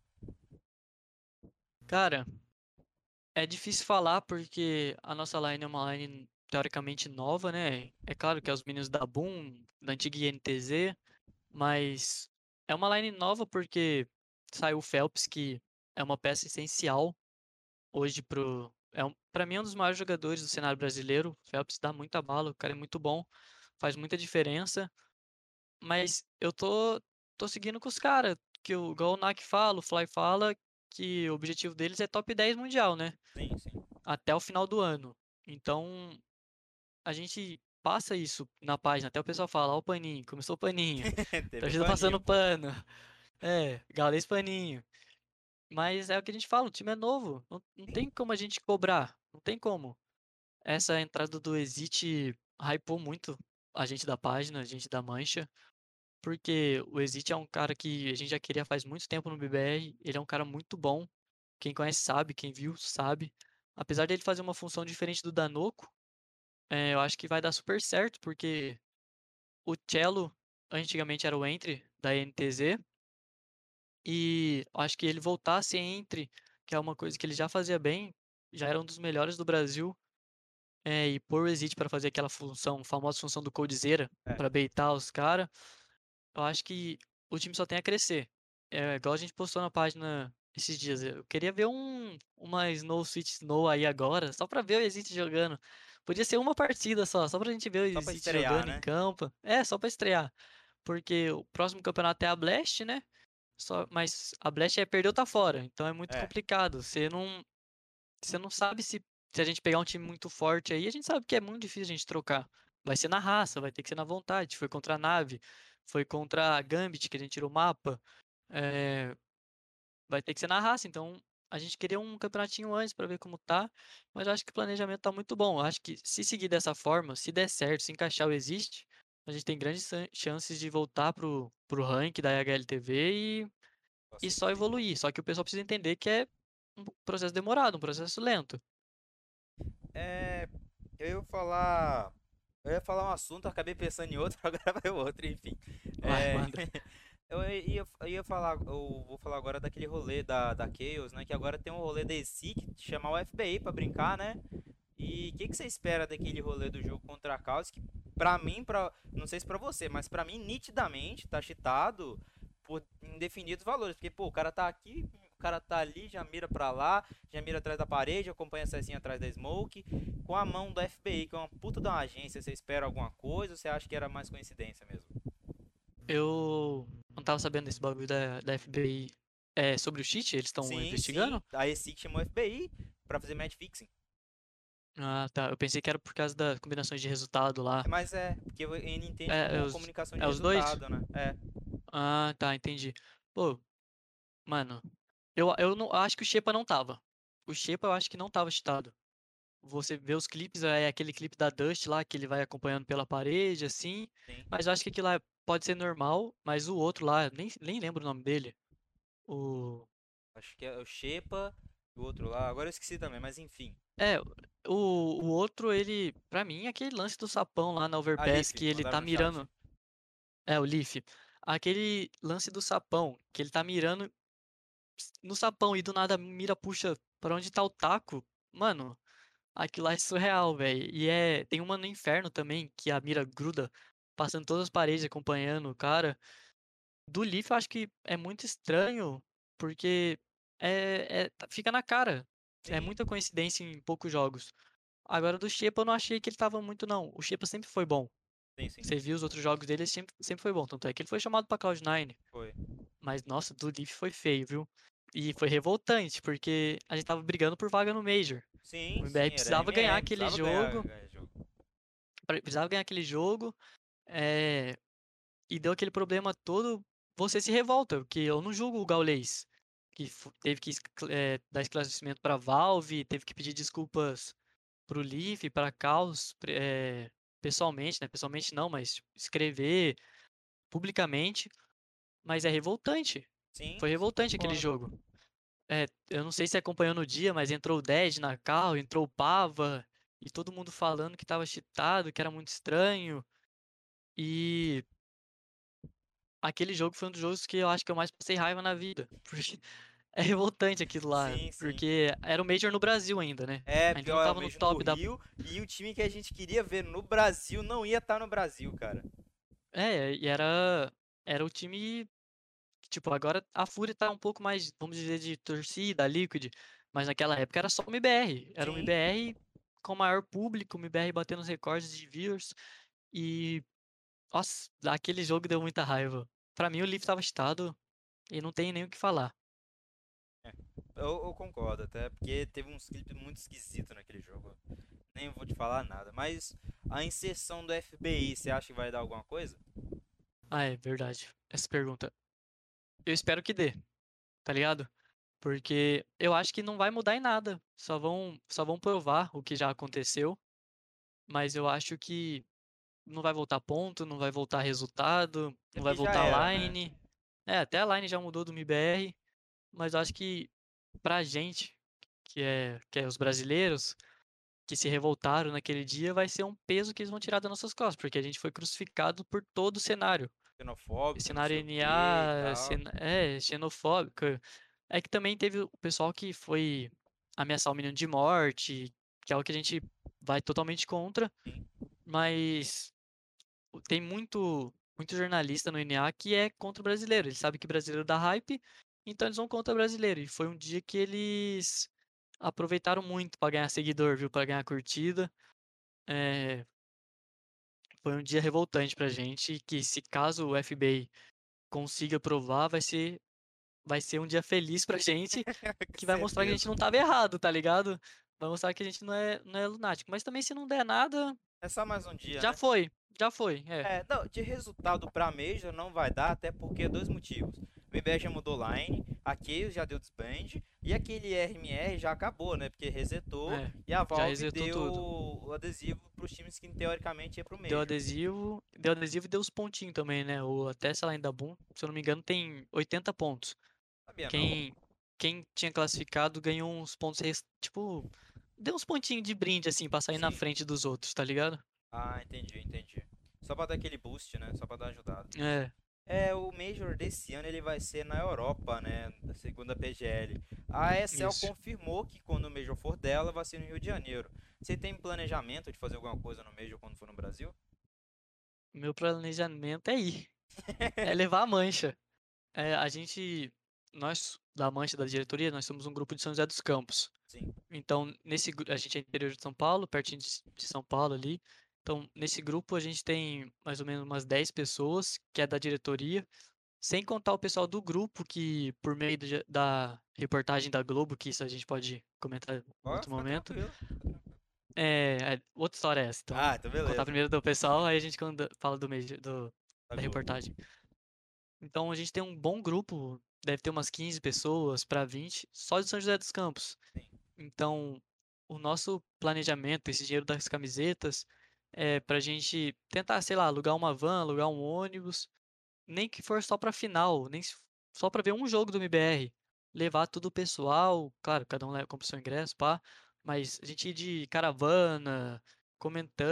Cara, é difícil falar porque a nossa line é uma line teoricamente nova, né? É claro que é os meninos da Boom, da antiga INTZ, mas é uma line nova porque saiu o Phelps, que é uma peça essencial hoje para mim é um dos maiores jogadores do cenário brasileiro. O Phelps dá muita bala, o cara é muito bom, faz muita diferença, mas eu tô seguindo com os caras, que igual o Nak fala, o Fly fala, que o objetivo deles é top 10 mundial, né? Sim, sim. Até o final do ano. Então, a gente passa isso na página, até o pessoal fala, ó o paninho, começou o paninho, Teve torcida paninho, passando pô. pano, galês paninho. Mas é o que a gente fala, o time é novo, não Sim. tem como a gente cobrar, não tem como. Essa entrada do Exit hypou muito a gente da página, a gente da Mancha, porque o Exit é um cara que a gente já queria faz muito tempo no BBR, ele é um cara muito bom, quem conhece sabe, quem viu sabe. Apesar dele fazer uma função diferente do Danoco, eu acho que vai dar super certo, porque o Cello antigamente era o Entry da NTZ, e acho que ele voltar a ser Entry, que é uma coisa que ele já fazia bem, já era um dos melhores do Brasil, e pôr o Exit para fazer aquela função, famosa função do Coldzera, É. para baitar os caras, eu acho que o time só tem a crescer. É igual a gente postou na página esses dias. Eu queria ver uma Snow Switch Snow aí agora, só pra ver o Exit jogando. Podia ser uma partida só pra gente ver o Só pra Exit estrear, jogando em né? campo. É, só pra estrear. Porque o próximo campeonato é a Blast, né? Mas a Blast perdeu, tá fora. Então é muito É. complicado. Você não sabe se a gente pegar um time muito forte aí, a gente sabe que é muito difícil a gente trocar. Vai ser na raça, vai ter que ser na vontade. Foi contra a Nave, foi contra a Gambit, que a gente tirou o mapa. É, vai ter que ser na raça, então a gente queria um campeonatinho antes para ver como tá, mas eu acho que o planejamento tá muito bom. Eu acho que se seguir dessa forma, se der certo, se encaixar o Existe, a gente tem grandes chances de voltar pro rank da HLTV Com e só certeza. evoluir. Só que o pessoal precisa entender que é um processo demorado, um processo lento. É, eu ia falar. Eu ia falar um assunto, acabei pensando em outro, agora vai outro, enfim. Vai, É, manda. eu ia falar, eu vou falar agora daquele rolê da Chaos, né? Que agora tem um rolê da ESIC, chamar o FBI pra brincar, né? E o que você espera daquele rolê do jogo contra a Chaos? Que pra mim, não sei se pra você, mas pra mim, nitidamente, tá cheatado por indefinidos valores. Porque, pô, o cara tá aqui, o cara tá ali, já mira pra lá, já mira atrás da parede, acompanha a Cecinha atrás da Smoke. Com a mão da FBI, que é uma puta de uma agência, você espera alguma coisa ou você acha que era mais coincidência mesmo? Eu não tava sabendo desse bagulho da FBI. É sobre o cheat? Eles estão Sim, sim, investigando? a ESIC chamou o FBI pra fazer match fixing. Ah, tá. Eu pensei que era por causa das combinações de resultado lá. Mas é, porque ele entende É, como é uma os, comunicação de é os dois? resultado, né? É, Ah, tá, entendi. Pô, mano, eu não acho que o Shepa não tava. O Shepa eu acho que não tava cheatado. Você vê os clipes, é aquele clipe da Dust lá, que ele vai acompanhando pela parede, assim. sim. Mas eu acho que aquilo lá pode ser normal, mas o outro lá, nem lembro o nome dele. O. Acho que é o Shepa e o outro lá. Agora eu esqueci também, mas enfim. É, o outro, ele. Pra mim, aquele lance do sapão lá na A Overpass, Leaf, que ele mandaram tá no chat. mirando. É, o Leaf. Aquele lance do sapão, que ele tá mirando no sapão e do nada a mira puxa pra onde tá o taco, mano, aquilo lá é surreal, velho. E tem uma no inferno também, que a mira gruda, passando todas as paredes, acompanhando o cara. Do Leaf eu acho que é muito estranho, porque fica na cara. É Sim, muita coincidência em poucos jogos. Agora do Shepa eu não achei que ele tava muito, não. O Shepa sempre foi bom. sim, sim. Você viu os outros jogos dele, ele sempre foi bom. Tanto é que ele foi chamado pra Cloud9. Foi. Mas, nossa, do Leaf foi feio, viu? E foi revoltante, porque a gente tava brigando por vaga no Major. Sim, O MBR sim, era precisava ganhar MR, aquele precisava ganhar, jogo, ganhar jogo. precisava ganhar aquele jogo, é, e deu aquele problema todo. Você se revolta, porque eu não julgo o Gaules, que teve que dar esclarecimento pra Valve, teve que pedir desculpas pro Leaf, pra Caos, pessoalmente, né? Pessoalmente não, mas tipo, escrever publicamente. Mas é revoltante. Sim, Foi sim, revoltante aquele concordo. jogo. Eu não sei se acompanhou no dia, mas entrou o Dead na call, entrou o Pava, e todo mundo falando que tava cheatado, que era muito estranho. E aquele jogo foi um dos jogos que eu acho que eu mais passei raiva na vida. Porque é revoltante aquilo lá. Sim, sim. Porque era o Major no Brasil ainda, né? É, Ainda não pior, é o tava no mesmo do top da. Rio. E o time que a gente queria ver no Brasil não ia estar no Brasil, cara. E era o time. Tipo, agora a Fúria tá um pouco mais, vamos dizer, de torcida, Liquid. Mas naquela época era só o MBR. Era o Sim. MBR com maior público, o MBR batendo os recordes de viewers. E, nossa, aquele jogo deu muita raiva. Pra mim, o Leaf tava cheatado e não tem nem o que falar. É, eu concordo, até porque teve uns clipes muito esquisitos naquele jogo. Nem vou te falar nada. Mas a inserção do FBI, você acha que vai dar alguma coisa? Ah, é verdade. Essa pergunta. Eu espero que dê, tá ligado? Porque eu acho que não vai mudar em nada. Só vão provar o que já aconteceu. Mas eu acho que não vai voltar ponto, não vai voltar resultado, É não vai porque já voltar era, né? line. Até a line já mudou do MBR. Mas eu acho que pra gente, que é os brasileiros, que se revoltaram naquele dia, vai ser um peso que eles vão tirar das nossas costas, porque a gente foi crucificado por todo o cenário. Xenofóbico, não Cenário sei o que e NA, tal. xenofóbico. É que também teve o pessoal que foi ameaçar o menino de morte, que é o que a gente vai totalmente contra, Sim. mas tem muito jornalista no NA que é contra o brasileiro. Eles sabem que brasileiro dá hype, então eles vão contra o brasileiro. E foi um dia que eles aproveitaram muito pra ganhar seguidor, viu? Pra ganhar curtida. É, foi um dia revoltante pra gente, que se caso o FBI consiga provar, vai ser um dia feliz pra gente, Com que vai mostrar que a certeza. gente não tava errado, tá ligado? Vai mostrar que a gente não é lunático. Mas também se não der nada, É só mais um dia, já né? foi. Já foi, É, não, de resultado pra Major não vai dar, até porque dois motivos. O MBR já mudou line, a Chaos já deu disband, e aquele RMR já acabou, né? Porque resetou É, e a já Valve resetou deu tudo. o adesivo pros times que teoricamente ia pro Deu Major. adesivo, deu adesivo e deu os pontinhos também, né? O até essa line da Boom, se eu não me engano, tem 80 pontos. Sabia não? Quem tinha classificado ganhou uns pontos, tipo, deu uns pontinhos de brinde, assim, pra sair na Sim. frente dos outros, tá ligado? Ah, entendi, entendi. Só pra dar aquele boost, né? Só pra dar uma ajudada. É, É, o Major desse ano ele vai ser na Europa, né? Da segunda PGL. A ESL isso. confirmou que quando o Major for dela, vai ser no Rio de Janeiro. Você tem planejamento de fazer alguma coisa no Major quando for no Brasil? Meu planejamento é ir. É levar a mancha. A gente, nós da mancha da diretoria, nós somos um grupo de São José dos Campos. Sim. Então, a gente é interior de São Paulo, pertinho de São Paulo ali. Então, nesse grupo a gente tem mais ou menos umas 10 pessoas, que é da diretoria, sem contar o pessoal do grupo, que por meio da reportagem da Globo, que isso a gente pode comentar em Ó, outro fica momento. tranquilo. Outra história é essa. Então, Ah, então contar beleza. primeiro do pessoal, aí a gente fala Da da Globo. reportagem. Então, a gente tem um bom grupo, deve ter umas 15 pessoas para 20, só de São José dos Campos. Sim. Então, o nosso planejamento, esse dinheiro das camisetas, é pra gente tentar, sei lá, alugar uma van, alugar um ônibus, nem que for só pra final, nem só pra ver um jogo do MBR. Levar tudo o pessoal, claro, cada um compra o seu ingresso, pá, mas a gente ir de caravana,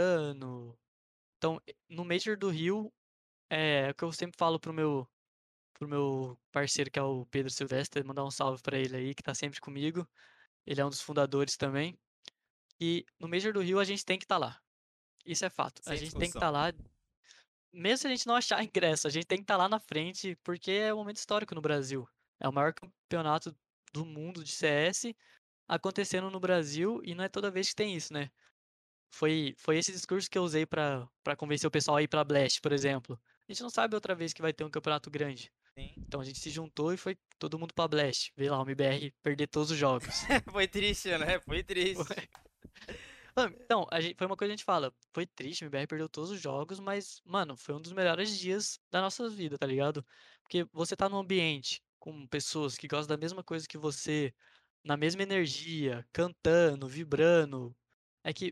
comentando. Então, no Major do Rio, é o que eu sempre falo pro meu parceiro, que é o Pedro Silvestre, mandar um salve pra ele aí, que tá sempre comigo. Ele é um dos fundadores também. E no Major do Rio a gente tem que estar lá. Isso é fato. A Sem gente tem que discussão. estar lá, mesmo se a gente não achar ingresso, a gente tem que estar lá na frente, porque é um momento histórico no Brasil. É o maior campeonato do mundo de CS acontecendo no Brasil e não é toda vez que tem isso, né? Foi esse discurso que eu usei pra convencer o pessoal a ir pra Blast, por exemplo. A gente não sabe outra vez que vai ter um campeonato grande. Sim. Então a gente se juntou e foi todo mundo pra Blast. Vê lá o MBR perder todos os jogos. Foi triste, né? Foi triste. Então, foi uma coisa que a gente fala. Foi triste, o MBR perdeu todos os jogos, mas, mano, foi um dos melhores dias da nossa vida, tá ligado? Porque você tá num ambiente com pessoas que gostam da mesma coisa que você, na mesma energia, cantando, vibrando. É que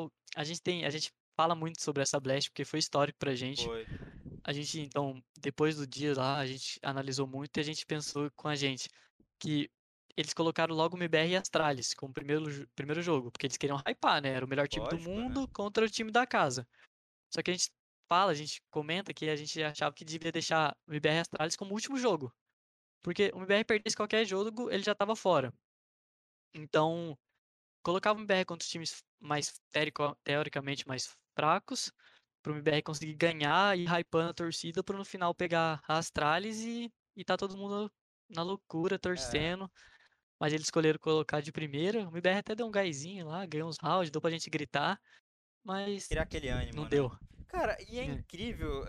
a gente fala muito sobre essa Blast porque foi histórico pra gente. Foi. A gente, então, depois do dia lá, a gente analisou muito e a gente pensou com a gente que eles colocaram logo o MBR e Astralis como primeiro jogo, porque eles queriam hypar, né? Era o melhor time do Lógico, né? mundo contra o time da casa. Só que a gente comenta que a gente achava que devia deixar o MBR e Astralis como último jogo, porque o MBR perdesse qualquer jogo, ele já estava fora. Então, colocava o MBR contra os times mais teoricamente mais fracos, para o MBR conseguir ganhar e hypando a torcida para no final pegar a Astralis e tá todo mundo na loucura, É. torcendo. Mas eles escolheram colocar de primeira. O MBR até deu um gásinho lá, ganhou uns rounds, deu pra gente gritar, mas Criar aquele não ânimo, né? deu. Cara, e é É, incrível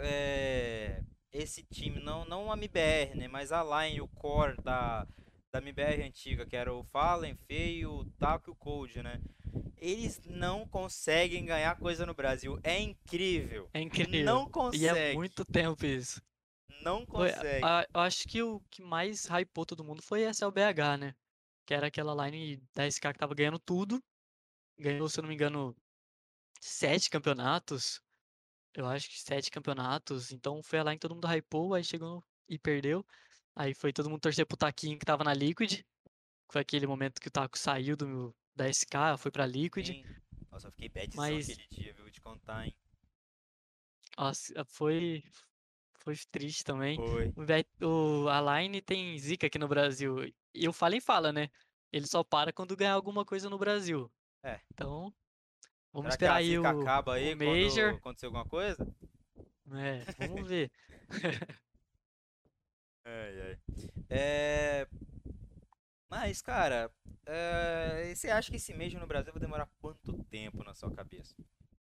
esse time, não a MBR, né? Mas a line, o core da MBR antiga, que era o Fallen, Feio, o Taco e o Cold, né? Eles não conseguem ganhar coisa no Brasil. É incrível. é incrível. Não E é consegue. muito tempo isso. Não Foi, consegue. eu acho que o que mais hypou todo mundo foi essa LBH, né? Que era aquela line da SK que tava ganhando tudo. Ganhou, se eu não me engano, 7 campeonatos. Eu acho que 7 campeonatos. Então foi a line que todo mundo hypou, aí chegou e perdeu. Aí foi todo mundo torcer pro Taquinho que tava na Liquid. Foi aquele momento que o Taco saiu da SK, foi pra Liquid. Sim. Nossa, eu fiquei badzão Mas, aquele dia, viu? Te contar, hein? nossa, foi triste também. Foi. A Line tem zica aqui no Brasil. E eu falo em fala, né? Ele só para quando ganhar alguma coisa no Brasil. É. Então, vamos Será que esperar a aí zica acaba o aí quando Major. acontecer alguma coisa? Vamos ver. Ai, ai. É, mas, cara, você acha que esse Major no Brasil vai demorar quanto tempo na sua cabeça?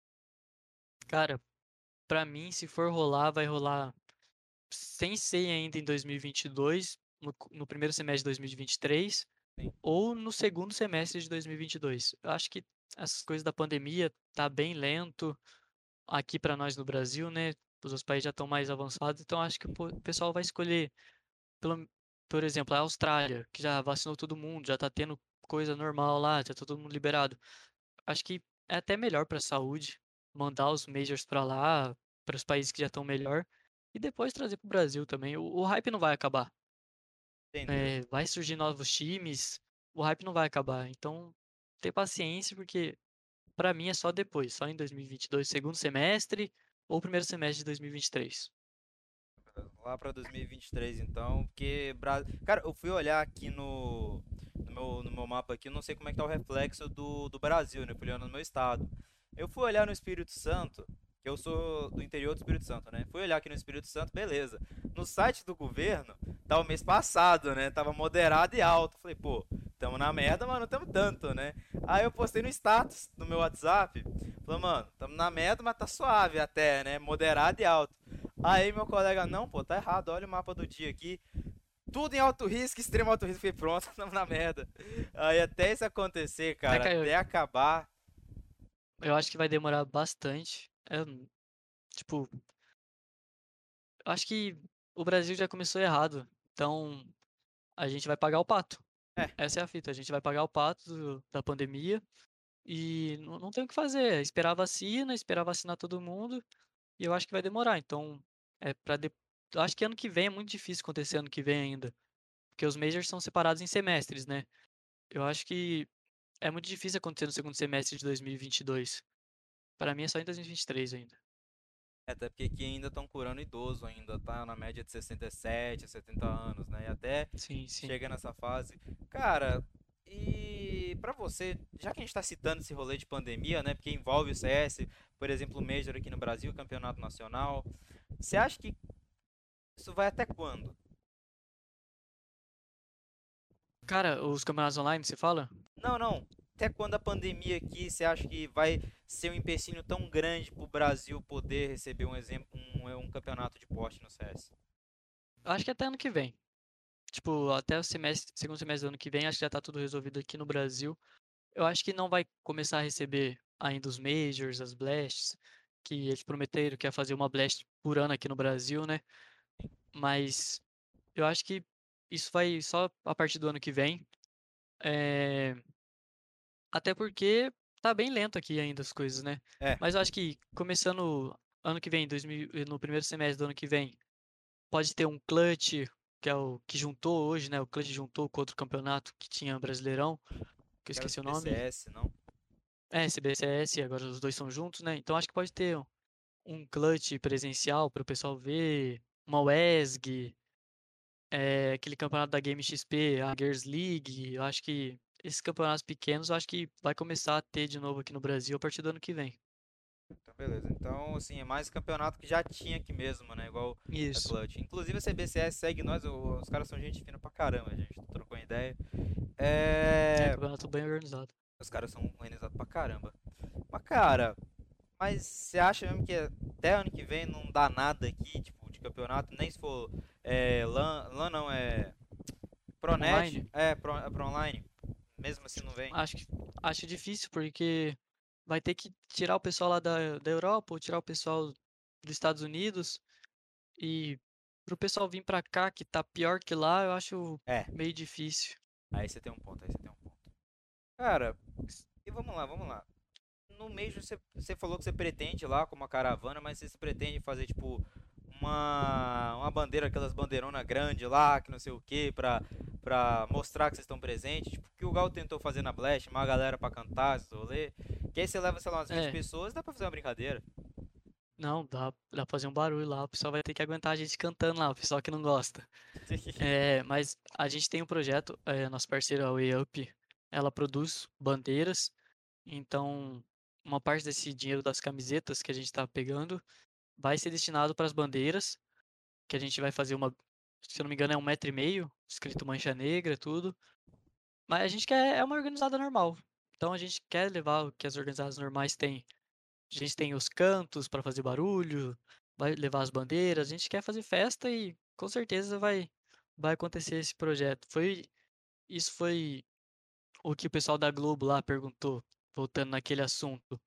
Cara, pra mim, se for rolar, vai rolar sem ser ainda em 2022, no primeiro semestre de 2023, Sim, ou no segundo semestre de 2022. Eu acho que essas coisas da pandemia tá bem lento aqui pra nós no Brasil, né? Os outros países já estão mais avançados, então acho que o pessoal vai escolher, pelo, por exemplo, a Austrália, que já vacinou todo mundo, já tá tendo coisa normal lá, já tá todo mundo liberado. Acho que é até melhor para a saúde mandar os majors para lá, para os países que já estão melhor, e depois trazer para o Brasil também. O hype não vai acabar. entendeu? É, vai surgir novos times, o hype não vai acabar. Então, ter paciência, porque para mim é só depois, só em 2022, segundo semestre ou primeiro semestre de 2023. Lá pra 2023, então, porque... Cara, eu fui olhar aqui no meu mapa aqui, eu não sei como é que tá o reflexo do Brasil, né? Eu fui olhando no meu estado. Eu fui olhar no Espírito Santo, que eu sou do interior do Espírito Santo, né? Fui olhar aqui no Espírito Santo, beleza. No site do governo, tá o mês passado, né? Tava moderado e alto. Falei, pô, tamo na merda, mas não tamo tanto, né? Aí eu postei no status no meu WhatsApp. Falei, mano, tamo na merda, mas tá suave até, né? Moderado e alto. Aí meu colega, não, pô, tá errado, olha o mapa do dia aqui. Tudo em alto risco, extremo alto risco. Falei, pronto, tamo na merda. Aí até isso acontecer, É, cara, Caio, até acabar. eu acho que vai demorar bastante. Tipo, eu acho que o Brasil já começou errado. Então, a gente vai pagar o pato. É, Essa é a fita. A gente vai pagar o pato da pandemia e não tem o que fazer. É esperar a vacina, esperar vacinar todo mundo. E eu acho que vai demorar. Então, é para eu acho que ano que vem é muito difícil acontecer ano que vem ainda, porque os majors são separados em semestres, né? Eu acho que é muito difícil acontecer no segundo semestre de 2022. Para mim é só em 2023 ainda. Até porque aqui ainda estão curando idoso ainda, tá na média de 67, 70 anos, né? E até Sim, sim. chega nessa fase. Cara, e pra você, já que a gente tá citando esse rolê de pandemia, né? Porque envolve o CS, por exemplo, o Major aqui no Brasil, Campeonato Nacional. Você acha que isso vai até quando? Cara, os campeonatos online, você fala? Não, não. Até quando a pandemia aqui, você acha que vai ser um empecilho tão grande pro Brasil poder receber um exemplo, um campeonato de porte no CS? Acho que até ano que vem. Tipo, até o semestre, segundo semestre do ano que vem, acho que já tá tudo resolvido aqui no Brasil. Eu acho que não vai começar a receber ainda os Majors, as Blasts, que eles prometeram que ia fazer uma Blast por ano aqui no Brasil, né? Mas eu acho que isso vai só a partir do ano que vem. É, até porque tá bem lento aqui ainda as coisas, né? É, Mas eu acho que começando ano que vem, 2000, no primeiro semestre do ano que vem, pode ter um clutch, que é o que juntou hoje, né? O clutch juntou com outro campeonato que tinha Brasileirão, que eu aquela esqueci o nome. CBCS, não? É, CBCS, agora os dois são juntos, né? Então acho que pode ter um clutch presencial para o pessoal ver, uma WESG, aquele campeonato da Game XP, a Gears League. Eu acho que esses campeonatos pequenos, eu acho que vai começar a ter de novo aqui no Brasil a partir do ano que vem. Então, beleza. Então, assim, é mais campeonato que já tinha aqui mesmo, né? Igual a Isso. Clutch. Inclusive a CBCS segue nós, os caras são gente fina pra caramba, a gente trocou ideia. É, É. campeonato bem organizado. Os caras são organizados pra caramba. Mas, cara, mas você acha mesmo que até ano que vem não dá nada aqui, tipo, de campeonato? Nem se for LAN não, é Pronet, Online, Pro Online, mesmo assim não vem? acho que acho difícil porque vai ter que tirar o pessoal lá da Europa ou tirar o pessoal dos Estados Unidos e pro pessoal vir pra cá que tá pior que lá, eu acho É, meio difícil. aí você tem um ponto, aí você tem um ponto. Cara, e vamos lá, vamos lá. No Major você falou que você pretende ir lá com uma caravana, mas você pretende fazer tipo uma bandeira, aquelas bandeironas grandes lá, que não sei o que, pra mostrar que vocês estão presentes. Tipo, o que o Gal tentou fazer na Blast, uma galera pra cantar, esse rolê. Que aí você leva, sei lá, umas 20 É, pessoas, dá pra fazer uma brincadeira. não, dá pra fazer um barulho lá, o pessoal vai ter que aguentar a gente cantando lá, o pessoal que não gosta. É, mas a gente tem um projeto, nossa parceira a Way Up, ela produz bandeiras, então uma parte desse dinheiro das camisetas que a gente tá pegando vai ser destinado para as bandeiras, que a gente vai fazer uma, se eu não me engano, é 1,5 m, escrito Mancha Negra, tudo. Mas a gente quer, é uma organizada normal. Então a gente quer levar o que as organizadas normais têm. A gente tem os cantos para fazer barulho, vai levar as bandeiras, a gente quer fazer festa e com certeza vai acontecer esse projeto. Isso foi o que o pessoal da Globo lá perguntou, voltando naquele assunto,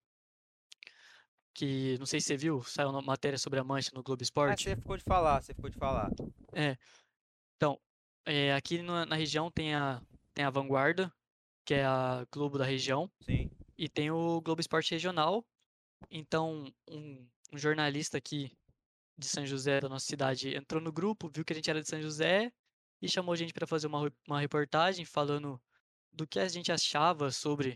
que não sei se você viu, saiu uma matéria sobre a Mancha no Globo Ah, Esporte. você ficou de falar, você ficou de falar. É, então, aqui na região tem a Vanguarda, que é a Globo da região, Sim. e tem o Globo Esporte Regional. Então, um jornalista aqui de São José, da nossa cidade, entrou no grupo, viu que a gente era de São José e chamou a gente para fazer uma reportagem falando do que a gente achava sobre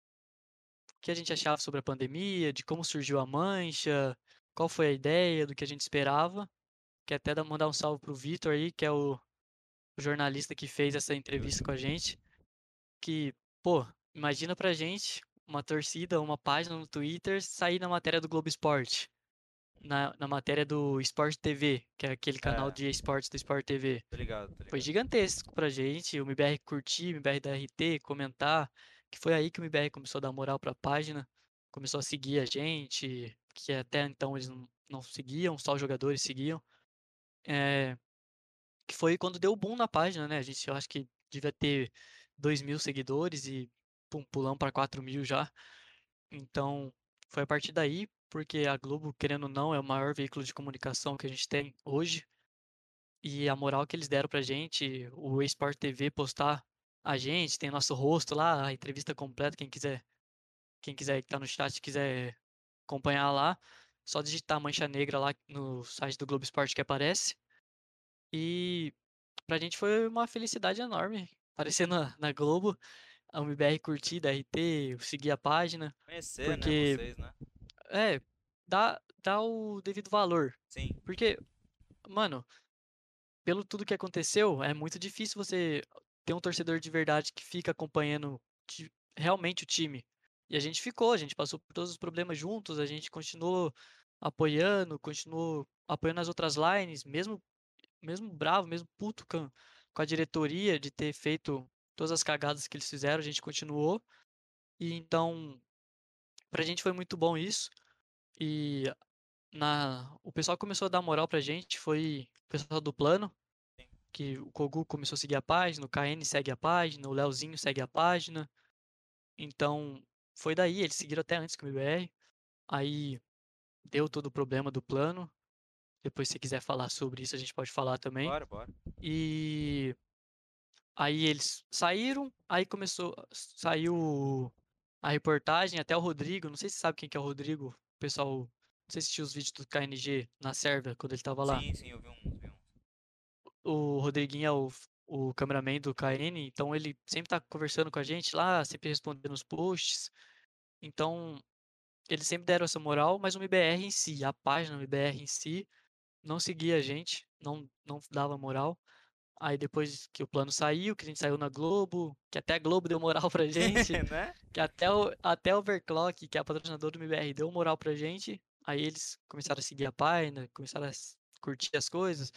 o que a gente achava sobre a pandemia, de como surgiu a mancha, qual foi a ideia, do que a gente esperava. Quer até mandar um salve pro Vitor aí, que é o jornalista que fez essa entrevista com a gente, que, pô, imagina pra gente uma torcida, uma página no Twitter sair na matéria do Globo Esporte. Na matéria do Sport TV, que é aquele canal É, de esportes do Sport TV. tô ligado, tô Foi ligado. gigantesco pra gente, o MBR curtir, o MBR da RT, comentar, que foi aí que o MBR começou a dar moral pra página, começou a seguir a gente, que até então eles não seguiam, só os jogadores seguiam. É, que foi quando deu o boom na página, né? A gente, eu acho que devia ter 2.000 seguidores e pum, pulamos para 4.000 já. Então, foi a partir daí, porque a Globo, querendo ou não, é o maior veículo de comunicação que a gente tem hoje. E a moral que eles deram pra gente, o Sport TV postar a gente, tem nosso rosto lá, a entrevista completa, quem quiser que tá no chat, quiser acompanhar lá, só digitar Mancha Negra lá no site do Globo Esporte que aparece. E pra gente foi uma felicidade enorme aparecer na Globo, a UMBR curtir da RT, eu seguir a página, Conhecer, né, porque vocês, né? é, dá. dar o devido valor. Sim, Porque, mano, pelo tudo que aconteceu, é muito difícil você ter um torcedor de verdade que fica acompanhando realmente o time. E a gente ficou, a gente passou por todos os problemas juntos, a gente continuou apoiando as outras lines, mesmo bravo, mesmo puto com a diretoria de ter feito todas as cagadas que eles fizeram, a gente continuou. E então, pra gente foi muito bom isso. E o pessoal começou a dar moral pra gente, foi o pessoal do plano, sim. que o Kogu começou a seguir a página, o KN segue a página, o Leozinho segue a página. Então, foi daí, eles seguiram até antes que o MBR. Aí deu todo o problema do plano. Depois, se você quiser falar sobre isso, a gente pode falar também. Bora, bora. E aí eles saíram, aí saiu a reportagem, até o Rodrigo, não sei se você sabe quem que é o Rodrigo, o pessoal, não sei se assistiu os vídeos do KNG na Sérvia, quando ele tava lá. Sim, sim, eu vi uns, vi uns. O Rodriguinho é o cameraman do KN, então ele sempre tá conversando com a gente lá, sempre respondendo os posts. Então, eles sempre deram essa moral, mas o MBR em si, a página do MBR em si, não seguia a gente, não dava moral. Aí depois que o plano saiu, que a gente saiu na Globo, que até a Globo deu moral pra gente, Né? que até o Overclock, que é a patrocinadora do MBR, deu moral pra gente. Aí eles começaram a seguir a página, começaram a curtir as coisas,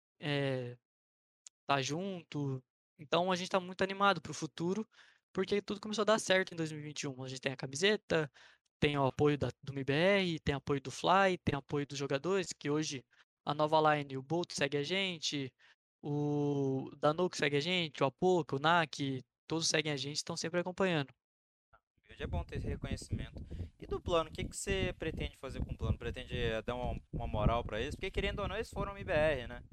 tá junto. Então a gente tá muito animado pro futuro, porque tudo começou a dar certo em 2021. A gente tem a camiseta, tem o apoio do MBR, tem apoio do Fly, tem apoio dos jogadores, que hoje a nova line, o Bolt segue a gente, o Danuco segue a gente, o Apoca, o NAC, todos seguem a gente, estão sempre acompanhando. Hoje é bom ter esse reconhecimento. E do plano, o que, que você pretende fazer com o plano? Pretende dar uma moral pra eles? Porque querendo ou não, eles foram MBR, né?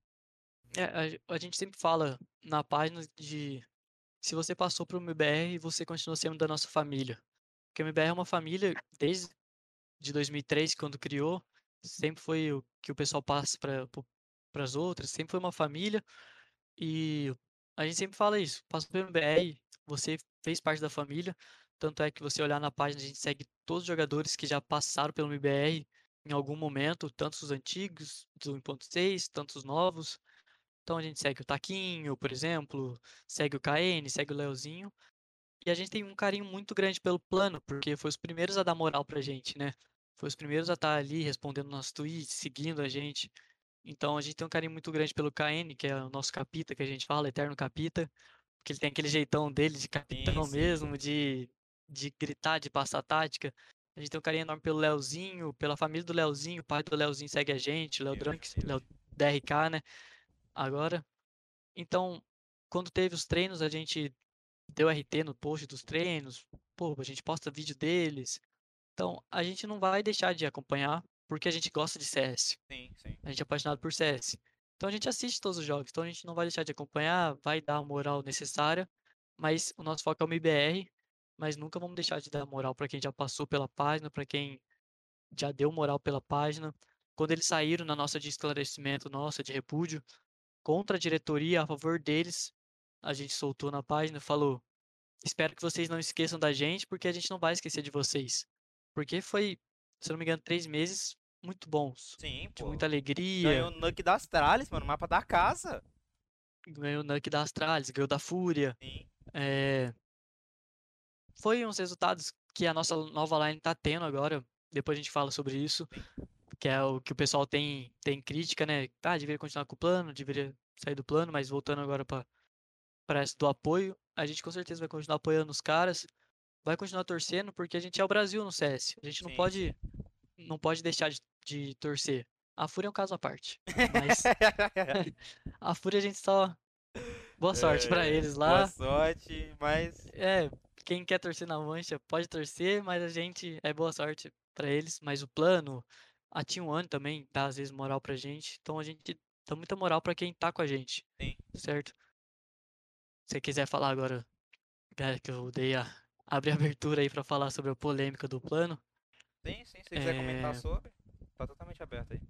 A gente sempre fala na página de se você passou pro MBR, você continua sendo da nossa família. Porque o MBR é uma família desde de 2003, quando criou, sempre foi o que o pessoal passa para as outras, sempre foi uma família e a gente sempre fala isso, passa pelo MBR, você fez parte da família, tanto é que você olhar na página, a gente segue todos os jogadores que já passaram pelo MBR em algum momento, tanto os antigos, do 1.6, tanto os novos. Então a gente segue o Taquinho, por exemplo, segue o KN, segue o Leozinho, e a gente tem um carinho muito grande pelo plano, porque foi os primeiros a dar moral pra gente, né? Foi os primeiros a estar ali respondendo nossos tweets, seguindo a gente. Então a gente tem um carinho muito grande pelo KN, que é o nosso capita, que a gente fala, eterno capita, porque ele tem aquele jeitão dele de Sim, capitão sim. mesmo, de gritar, de passar tática. A gente tem um carinho enorme pelo Leozinho, pela família do Leozinho, o pai do Leozinho segue a gente, o Léo Humilde, Drunks, Léo humilde. DRK, né? Agora. Então, quando teve os treinos, a gente deu RT no post dos treinos, pô, a gente posta vídeo deles. Então, a gente não vai deixar de acompanhar porque a gente gosta de CS. Sim, sim. A gente é apaixonado por CS. Então, a gente assiste todos os jogos. Então, a gente não vai deixar de acompanhar, vai dar a moral necessária, mas o nosso foco é o MBR, mas nunca vamos deixar de dar moral para quem já passou pela página, para quem já deu moral pela página. Quando eles saíram na nossa de esclarecimento, nossa, de repúdio, contra a diretoria, a favor deles, a gente soltou na página, falou: espero que vocês não esqueçam da gente, porque a gente não vai esquecer de vocês. Porque foi, se eu não me engano, 3 meses muito bons, Sim, de pô. muita Ganhou alegria. o Nuke das Trales, mano, mapa da casa. Ganhou o Nuke da Astralis, ganhou da Fúria. Sim, É, foi uns resultados que a nossa nova line tá tendo agora. Depois a gente fala sobre isso, sim. que é o que o pessoal tem crítica, né? Ah, deveria continuar com o plano, deveria sair do plano, mas voltando agora para essa do apoio, a gente com certeza vai continuar apoiando os caras, vai continuar torcendo, porque a gente é o Brasil no CS. A gente não Sim, sim. pode não pode deixar de torcer. A Fúria é um caso à parte, mas a Fúria a gente só boa sorte pra É, eles boa lá. sorte, mas. É, quem quer torcer na Mancha pode torcer, mas a gente é boa sorte pra eles, mas o plano, a T1 também dá às vezes moral pra gente, então a gente dá muita moral pra quem tá com a gente, Sim, certo? Se você quiser falar agora, que eu dei abri a abertura aí pra falar sobre a polêmica do plano, sim, sim. Se você quiser comentar é, sobre, tá totalmente aberto aí.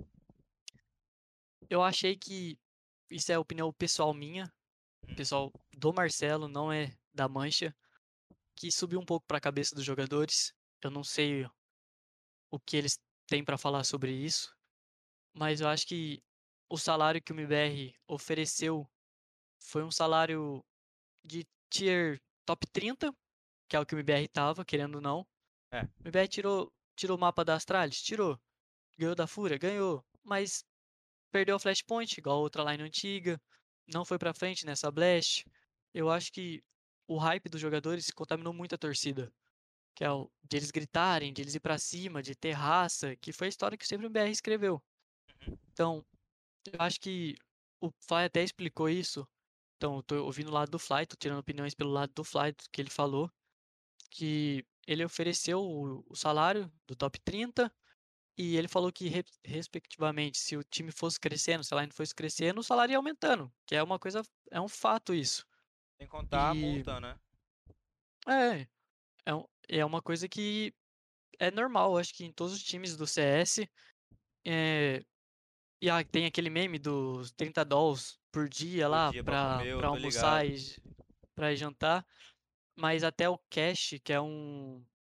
eu achei que isso é opinião pessoal minha, Uhum. pessoal do Marcelo, não é da Mancha, que subiu um pouco para a cabeça dos jogadores. Eu não sei o que eles tem para falar sobre isso, mas eu acho que o salário que o MBR ofereceu foi um salário de tier top 30, que é o que o MBR tava, querendo ou não. É, O MBR tirou o mapa da Astralis? Tirou. Ganhou da Fúria? Ganhou. Mas perdeu a Flashpoint, igual a outra line antiga. Não foi pra frente nessa Blast. Eu acho que o hype dos jogadores contaminou muito a torcida. Que é o de eles gritarem, de eles ir pra cima, de ter raça, que foi a história que sempre o BR escreveu. uhum, Então, eu acho que o Fly até explicou isso. Então, eu tô ouvindo o lado do Fly, tô tirando opiniões pelo lado do Fly, do que ele falou, que ele ofereceu o salário do top 30 e ele falou que, respectivamente, se o time fosse crescendo, se a line fosse crescendo, o salário ia aumentando, que é uma coisa, é um fato isso. sem contar a E multa, né? é, é uma coisa que é normal, acho que em todos os times do CS. É, e tem aquele meme dos 30 dolls por dia Por lá dia pra pra, comer, eu pra tô almoçar ligado. e pra ir jantar. Mas até o Cash, que é um.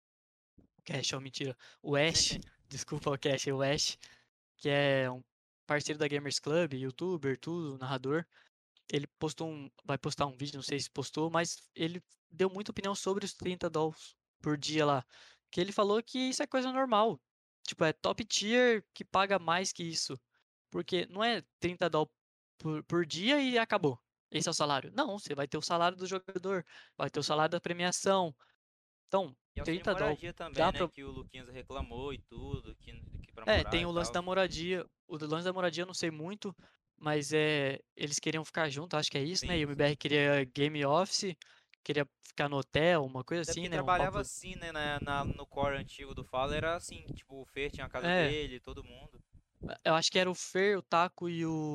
Cash, ó, mentira. O Ash, desculpa o Cash, é o Ash, que é um parceiro da Gamers Club, youtuber, tudo, narrador. Ele vai postar um vídeo, não sei se postou, mas ele deu muita opinião sobre os 30 dolls por dia lá. Que ele falou que isso é coisa normal. Tipo, é top tier que paga mais que isso. Porque não é 30 dólares por dia e acabou. Esse é o salário. Não, você vai ter o salário do jogador, vai ter o salário da premiação. Então, E auxílio 30 dólares moradia também, dá né? pra. Que o Luquinhas reclamou e tudo, que pra É, morar tem e o lance tal. da moradia. O do lance da moradia eu não sei muito, mas eles queriam ficar juntos, acho que é isso, né? E o Sim. MBR queria game office, queria ficar no hotel, uma coisa Até assim, porque né? Um trabalhava papo. assim, né? No core antigo do Fala era assim, tipo, o Fer tinha a casa É, dele, todo mundo. eu acho que era o Fer, o Taco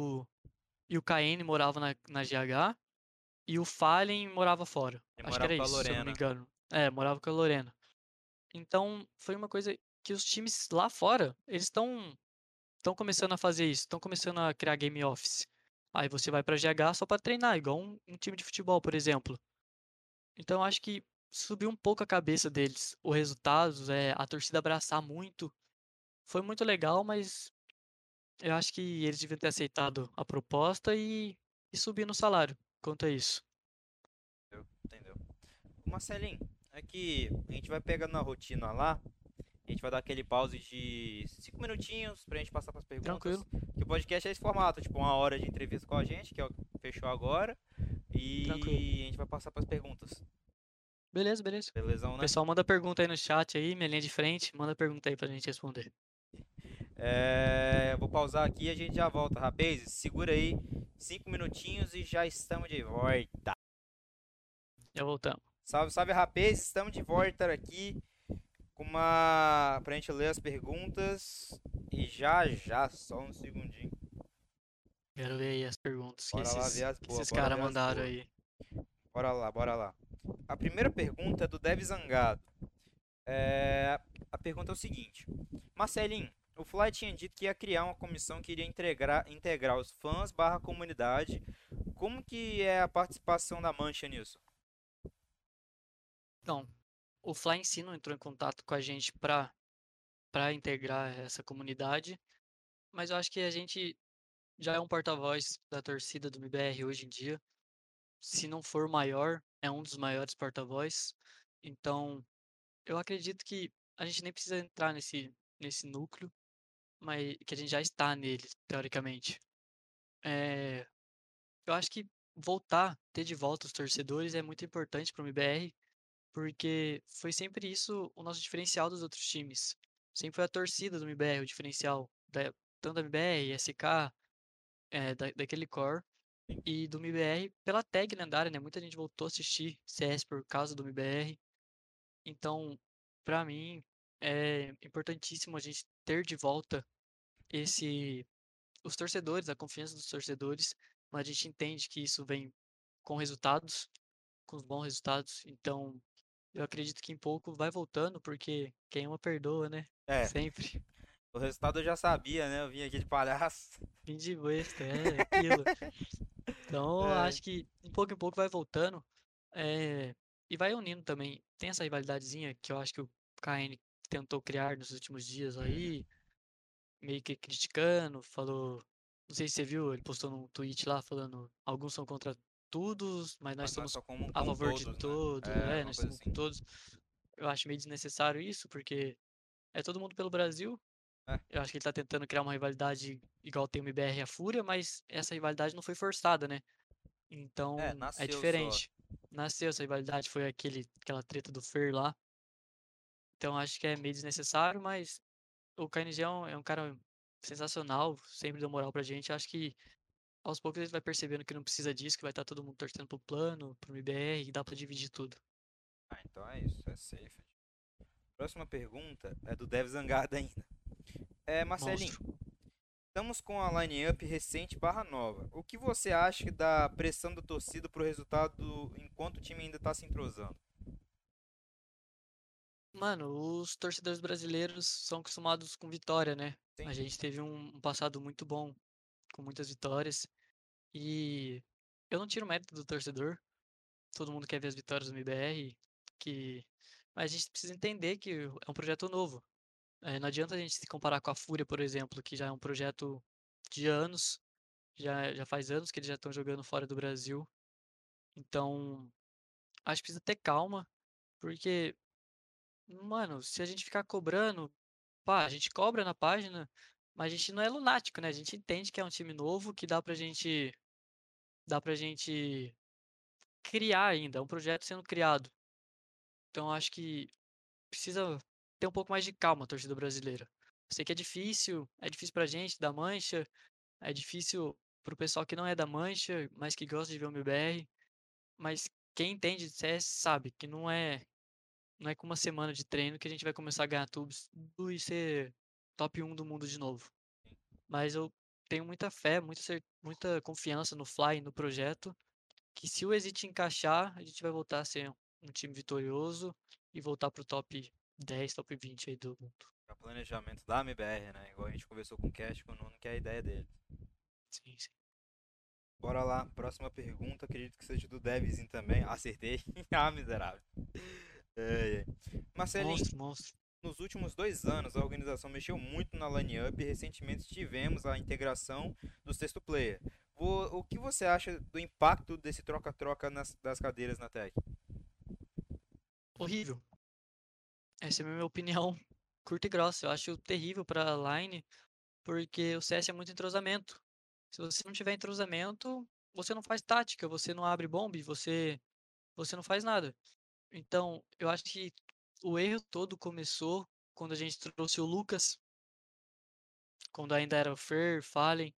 e o KN moravam na GH. E o Fallen morava fora. Ele Acho que morava era com a isso, se eu não me Lorena. engano. É, morava com a Lorena. Então, foi uma coisa que os times lá fora, eles estão começando a fazer isso, estão começando a criar game office. Aí você vai pra GH só pra treinar, igual um time de futebol, por exemplo. Então, eu acho que subiu um pouco a cabeça deles. O resultado, a torcida abraçar muito. Foi muito legal, mas eu acho que eles deviam ter aceitado a proposta e subir no salário quanto a isso. Entendeu? Marcelinho, é que a gente vai pegando a rotina lá. A gente vai dar aquele pause de 5 minutinhos pra gente passar pras perguntas. Tranquilo, Que o podcast é esse formato, tipo, 1 hora de entrevista com a gente, que é o que fechou agora. tranquilo. E a gente vai passar pras perguntas. Beleza, beleza. Belezão, né? Pessoal, manda pergunta aí no chat aí, minha linha de frente, manda pergunta aí pra gente responder. Vou pausar aqui e a gente já volta. Rapazes, segura aí 5 minutinhos e já estamos de volta. Já voltamos. Salve, salve, rapazes, estamos de volta aqui com pra gente ler as perguntas. E já já, só um segundinho. Quero ver aí as perguntas que Bora lá ver esses, as que boas, esses bora caras ver as mandaram boas. aí. Bora lá, bora lá. A primeira pergunta é do Dev Zangado. É, a pergunta é o seguinte: Marcelinho, o Fly tinha dito que ia criar uma comissão que iria integrar os fãs barra comunidade. Como que é a participação da Mancha nisso? Então, o Fly em si não entrou em contato com a gente pra integrar essa comunidade, mas eu acho que a gente já é um porta-voz da torcida do MBR hoje em dia. Se não for o maior, é um dos maiores porta-voz. Então, eu acredito que a gente nem precisa entrar nesse núcleo, mas que a gente já está nele, teoricamente. É, eu acho que ter de volta os torcedores é muito importante para o MBR, porque foi sempre isso o nosso diferencial dos outros times. Sempre foi a torcida do MBR o diferencial, tanto da MBR, SK, daquele core, e do MBR pela tag lendária, né? Muita gente voltou a assistir CS por causa do MBR. Então, para mim, é importantíssimo a gente ter de volta esse os torcedores, a confiança dos torcedores, mas a gente entende que isso vem com resultados, com os bons resultados. Então, eu acredito que em pouco vai voltando, porque quem ama perdoa, né? É, Sempre. o resultado eu já sabia, né? Eu vim aqui de palhaço. Fim de besta, é aquilo. Então, eu É, acho que em pouco vai voltando. E vai unindo também. Tem essa rivalidadezinha que eu acho que o KN tentou criar nos últimos dias uhum. aí. meio que criticando, falou. Não sei se você viu, ele postou num tweet lá falando, alguns são contra todos, mas nós Mas nós somos só como a com favor de todos, né? todos, É, alguma nós coisa somos com assim. todos. Eu acho meio desnecessário isso, porque é todo mundo pelo Brasil. É, Eu acho que ele tá tentando criar uma rivalidade igual tem o MBR e a Fúria, mas essa rivalidade não foi forçada, né? Então é nasceu só. diferente. Nasceu essa rivalidade, foi aquela treta do Fer lá. Então acho que é meio desnecessário, mas o KNG é um cara sensacional, sempre deu moral pra gente. Acho que aos poucos ele vai percebendo que não precisa disso, que vai estar todo mundo torcendo pro plano, pro MBR, e dá pra dividir tudo. Então é isso, é safe. Próxima pergunta é do Dev Zangada ainda. Marcelinho, Monstro. estamos com a line-up recente barra nova. O que você acha da pressão da torcida pro resultado enquanto o time ainda tá se entrosando? Mano, os torcedores brasileiros são acostumados com vitória, né? Sim, A gente teve um passado muito bom, com muitas vitórias. E eu não tiro mérito do torcedor. Todo mundo quer ver as vitórias do MBR, que mas a gente precisa entender que é um projeto novo. Não adianta a gente se comparar com a Fúria, por exemplo, que já é um projeto de anos, já faz anos que eles já estão jogando fora do Brasil. Então, acho que precisa ter calma, porque, mano, se a gente ficar cobrando, pá, a gente cobra na página, mas a gente não é lunático, né? A gente entende que é um time novo, que dá pra gente criar ainda, é um projeto sendo criado. Então acho que precisa ter um pouco mais de calma a torcida brasileira. Eu sei que é difícil pra gente da Mancha, é difícil pro pessoal que não é da Mancha, mas que gosta de ver o MBR, mas quem entende de CS sabe que não é com uma semana de treino que a gente vai começar a ganhar tubos e ser top 1 do mundo de novo. Mas eu tenho muita fé, muita confiança no Fly, no projeto, que se o Exit encaixar, a gente vai voltar a ser um time vitorioso e voltar pro top 10, top 20 aí do mundo. é o planejamento da MBR, né? Igual a gente conversou com o Cash, com o Nuno, que é a ideia dele. Sim, sim. Bora lá, próxima pergunta, acredito que seja do Devzinho também. Acertei. Ah, miserável. É, é. Marcelinho, Monstro, monstro. nos últimos 2 anos a organização mexeu muito na line-up e recentemente tivemos a integração do sexto player. O que você acha do impacto desse troca-troca das cadeiras na tag? Horrível. Essa é a minha opinião curta e grossa. Eu acho terrível pra line, porque o CS é muito entrosamento. Se você não tiver entrosamento, você não faz tática, você não abre bomb, você não faz nada. Então, eu acho que o erro todo começou quando a gente trouxe o Lucas, quando ainda era o Fer, Fallen,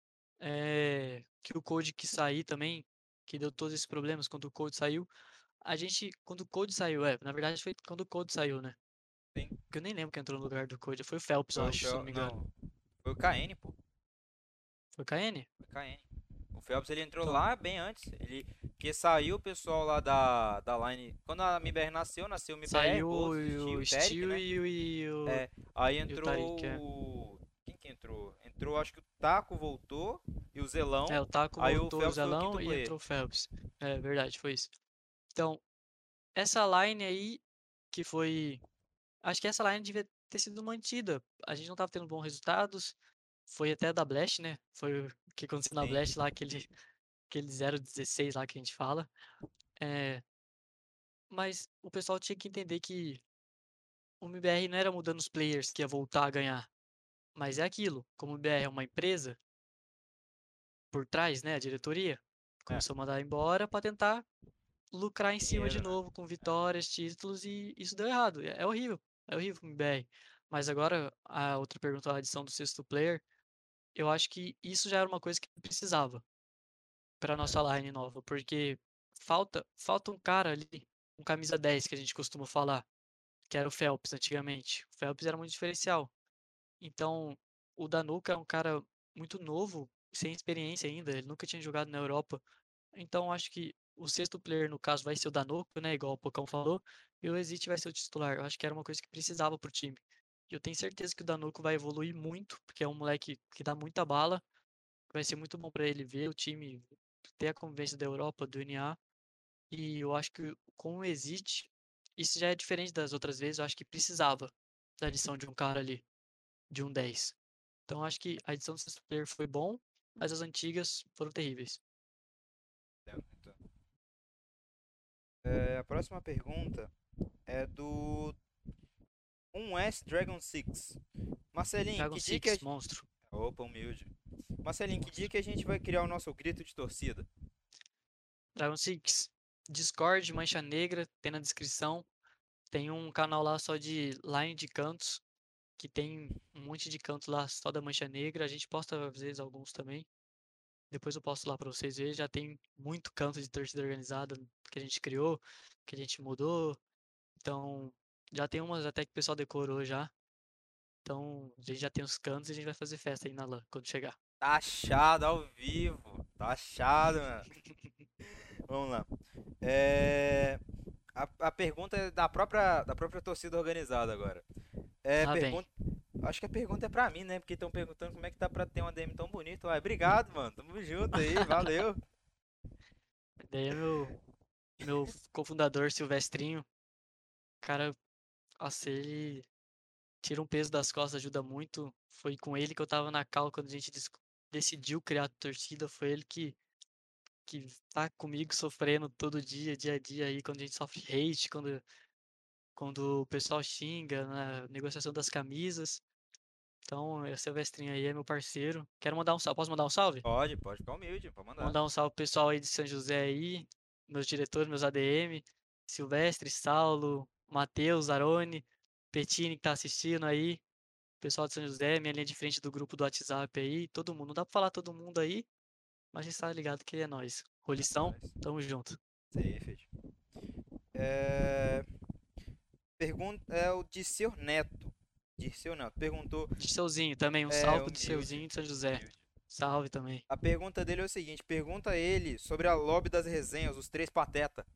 que o Code que sair também, que deu todos esses problemas quando o Code saiu. Quando o Code saiu, na verdade foi quando o Code saiu, né? Sim, Porque eu nem lembro quem entrou no lugar do Code. Foi o Phelps, eu foi o acho, se eu não Fel... me engano. Não, foi o KN, pô. Foi o KN? Foi o KN. O Phelps ele entrou Então, lá bem antes. Ele que saiu o pessoal lá da line. Quando a MBR nasceu o MBR, saiu Bolsos, Steel o e Teric, Steel né? É, aí e o entrou Tariq, é. quem que entrou? Entrou, acho que o Taco voltou e o Zelão. O Taco Aí o voltou o Phelps foi o quinto Zelão e player. entrou o Phelps. É verdade, foi isso. Então, essa line aí, que foi. Acho que essa line devia ter sido mantida. A gente não tava tendo bons resultados. Foi até da Blast, né? Foi o que aconteceu na Sim, Blast lá, aquele 0-16 lá que a gente fala. É, mas o pessoal tinha que entender que o MBR não era mudando os players que ia voltar a ganhar. Mas é aquilo, como o MBR é uma empresa, por trás, né, a diretoria, é, começou a mandar embora para tentar lucrar em cima de dinheiro, né? novo com vitórias, títulos e isso deu errado. É horrível o MBR. Mas agora a outra pergunta, a adição do sexto player, eu acho que isso já era uma coisa que precisava para nossa line nova, porque falta um cara ali, um camisa 10 que a gente costuma falar, que era o Phelps antigamente. O Phelps era muito diferencial. Então, o Danuka é um cara muito novo, sem experiência ainda, ele nunca tinha jogado na Europa. Então, acho que o sexto player, no caso, vai ser o Danuka, né, igual o Pocão falou, e o Exit vai ser o titular. Eu acho que era uma coisa que precisava pro time. E eu tenho certeza que o Danuka vai evoluir muito, porque é um moleque que dá muita bala. Vai ser muito bom para ele ver o time ter a convivência da Europa, do NA. E eu acho que com o Exit, isso já é diferente das outras vezes. Eu acho que precisava da adição de um cara ali, de um 10. Então acho que a edição do Sexto Player foi bom, mas as antigas foram terríveis. Então, a próxima pergunta é do 1S Dragon 6. Marcelinho, Dragon que dia que a... Six, monstro. Opa, humilde. Marcelinho, que dia Monstro. que a gente vai criar o nosso grito de torcida? Dragon Six, Discord, Mancha Negra, tem na descrição. Tem um canal lá só de line de cantos, que tem um monte de cantos lá só da Mancha Negra. A gente posta às vezes alguns também. Depois eu posto lá pra vocês verem. Já tem muito canto de torcida organizada que a gente criou, que a gente mudou. Então, já tem umas até que o pessoal decorou já. Então, a gente já tem os cantos e a gente vai fazer festa aí na LAN quando chegar. Tá achado ao vivo. Tá achado, mano. Vamos lá. É... A pergunta é da própria torcida organizada agora. Lá vem. Acho que a pergunta é pra mim, né? Porque estão perguntando como é que tá pra ter uma DM tão bonita. Ué, obrigado, mano. Tamo junto aí, valeu. Daí é meu cofundador, Silvestrinho. Cara, nossa, ele tira um peso das costas, ajuda muito. Foi com ele que eu tava na cal quando a gente decidiu criar a torcida. Foi ele que tá comigo sofrendo todo dia, dia a dia aí, quando a gente sofre hate, quando o pessoal xinga na negociação das camisas. Então, o Silvestrinho aí é meu parceiro. Quero mandar um salve. Posso mandar um salve? Pode ficar humilde, pode mandar. Mandar um salve pro pessoal aí de São José aí, meus diretores, meus ADM, Silvestre, Saulo, Matheus, Arone, Petini que tá assistindo aí, pessoal de São José, minha linha de frente do grupo do WhatsApp aí, todo mundo. Não dá pra falar todo mundo aí, mas a gente tá ligado que é nóis. É Rolição, nóis. tamo junto. Safe. É... Pergunta é o Dirceu Neto. Dirceu Neto perguntou. Dirceuzinho também, um É salve pro humilde, Dirceuzinho de São José. humilde. Salve também. A pergunta dele é o seguinte: pergunta a ele sobre a lobby das resenhas, os três pateta.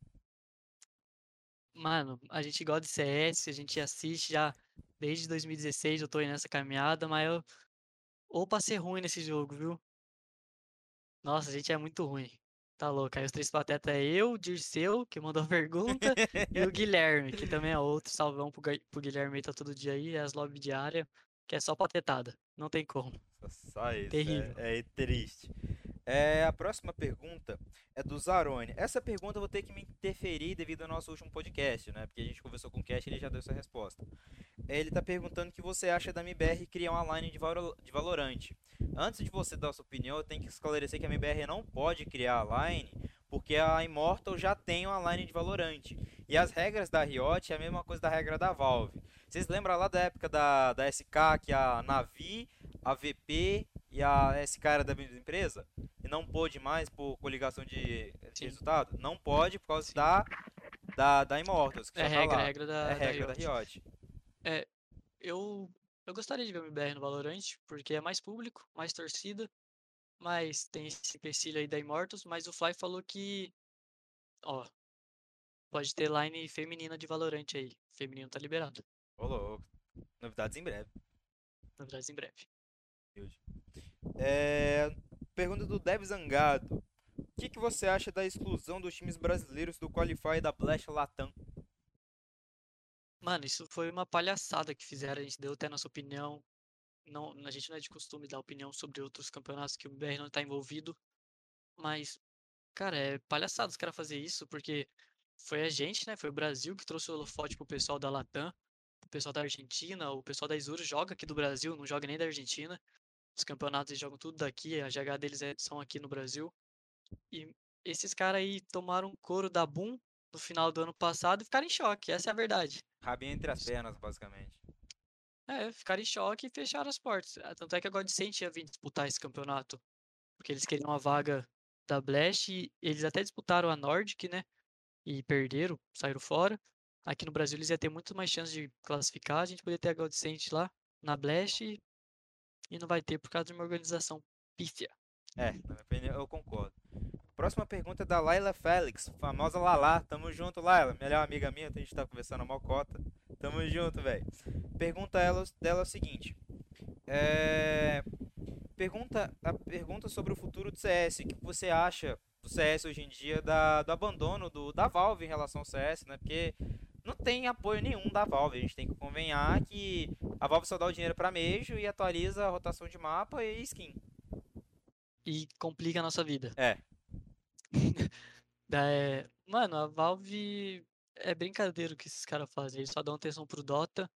Mano, a gente gosta de CS, a gente assiste já desde 2016, eu tô aí nessa caminhada, mas eu ou pra ser ruim nesse jogo, viu? Nossa, a gente é muito ruim. Tá louco. Aí os três patetas é eu, o Dirceu, que mandou a pergunta, e o Guilherme, que também é outro. Salvão pro Guilherme aí, tá todo dia aí. É as lobby diária, que é só patetada. Não tem como. Só isso, Terrível. é triste. A próxima pergunta é do Zarone. Essa pergunta eu vou ter que me interferir devido ao nosso último podcast, né? Porque a gente conversou com o Cash e ele já deu essa resposta. Ele tá perguntando o que você acha da MBR criar uma line de Valorant. Antes de você dar sua opinião, eu tenho que esclarecer que a MBR não pode criar a line porque a Immortal já tem uma line de Valorant. E as regras da Riot é a mesma coisa da regra da Valve. Vocês lembram lá da época da SK que a Navi, a VP e a SK era da mesma empresa? E não pôde mais por coligação de Sim, resultado? Não pode por causa sim. da Immortals, que É já tá regra, lá. regra É da regra da Riot. Riot. É, eu gostaria de ver o MBR no Valorant, porque é mais público, mais torcida, mas tem esse empecilho aí da Immortals, mas o Fly falou que, ó, pode ter line feminina de Valorant aí. Feminino tá liberado. Ô, louco. Novidades em breve. Novidades em breve. É, pergunta do Dev Zangado. O que você acha da exclusão dos times brasileiros do Qualify da Blast Latam? Mano, isso foi uma palhaçada que fizeram. A gente deu até nossa opinião. Não, a gente não é de costume dar opinião sobre outros campeonatos que o BR não tá envolvido. Mas, cara, é palhaçada os caras fazer isso, porque foi a gente, né? Foi o Brasil que trouxe o holofote pro pessoal da Latam, pro pessoal da Argentina. O pessoal da Isura joga aqui do Brasil, não joga nem da Argentina. Os campeonatos eles jogam tudo daqui, a GH deles são aqui no Brasil. E esses caras aí tomaram couro da Boom no final do ano passado e ficaram em choque, essa é a verdade. Rabinho entre as pernas, basicamente. É, ficaram em choque e fecharam as portas. Tanto é que a Godsent ia vir disputar esse campeonato, porque eles queriam uma vaga da Blast e eles até disputaram a Nordic, né? E perderam, saíram fora. Aqui no Brasil eles iam ter muito mais chance de classificar, a gente poderia ter a Godsent lá na Blast e não vai ter por causa de uma organização pífia. Na minha opinião, eu concordo. Próxima pergunta é da Laila Félix, famosa Lala. Tamo junto, Laila. Melhor amiga minha, a gente tá conversando a mocota. Tamo junto, velho. Pergunta dela é o seguinte. É... A pergunta sobre o futuro do CS. O que você acha do CS hoje em dia, do abandono da Valve em relação ao CS, né? Porque não tem apoio nenhum da Valve. A gente tem que convenhar que a Valve só dá o dinheiro pra Major e atualiza a rotação de mapa e skin. E complica a nossa vida. É, Mano, a Valve é brincadeira o que esses caras fazem. Eles só dão atenção pro Dota.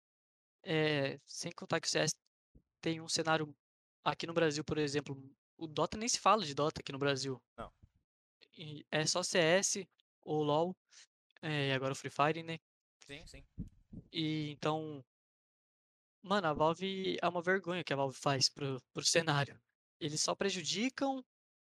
Sem contar que o CS tem um cenário aqui no Brasil, por exemplo. O Dota nem se fala de Dota aqui no Brasil. não. E é só CS ou LoL. E agora o Free Fire, né? Sim, sim. E então, mano, a Valve é uma vergonha que a Valve faz pro cenário. Eles só prejudicam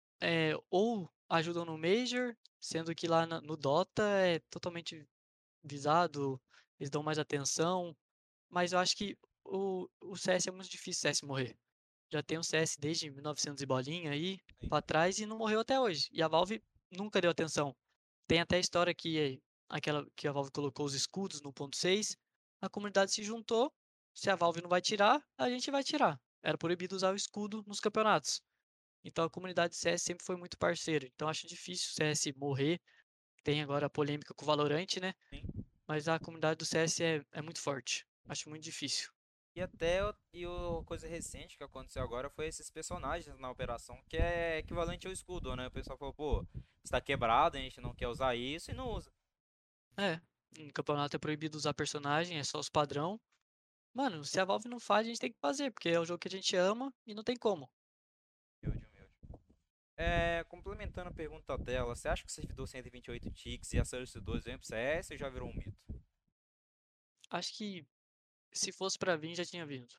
ou ajudam no Major, sendo que lá no Dota é totalmente visado, eles dão mais atenção. Mas eu acho que o CS é muito difícil o CS morrer. Já tem o CS desde 1900 e bolinha aí Sim. pra trás e não morreu até hoje. E a Valve nunca deu atenção. Tem até a história que aquela que a Valve colocou os escudos no 1.6, a comunidade se juntou. Se a Valve não vai tirar, a gente vai tirar. Era proibido usar o escudo nos campeonatos. Então a comunidade de CS sempre foi muito parceira. Então acho difícil o CS morrer. Tem agora a polêmica com o Valorant, né? Sim. Mas a comunidade do CS é muito forte. Acho muito difícil. E até coisa recente que aconteceu agora foi esses personagens na operação que é equivalente ao escudo, né? O pessoal falou, pô, está quebrado, a gente não quer usar isso e não usa. É, no campeonato é proibido usar personagem, é só os padrão. Mano, se a Valve não faz, a gente tem que fazer, porque é o jogo que a gente ama e não tem como. Humilde, humilde. Complementando a pergunta dela, você acha que o servidor 128 ticks e a Source 2 vem pro CS ou já virou um mito? Acho que se fosse pra vir, já tinha vindo.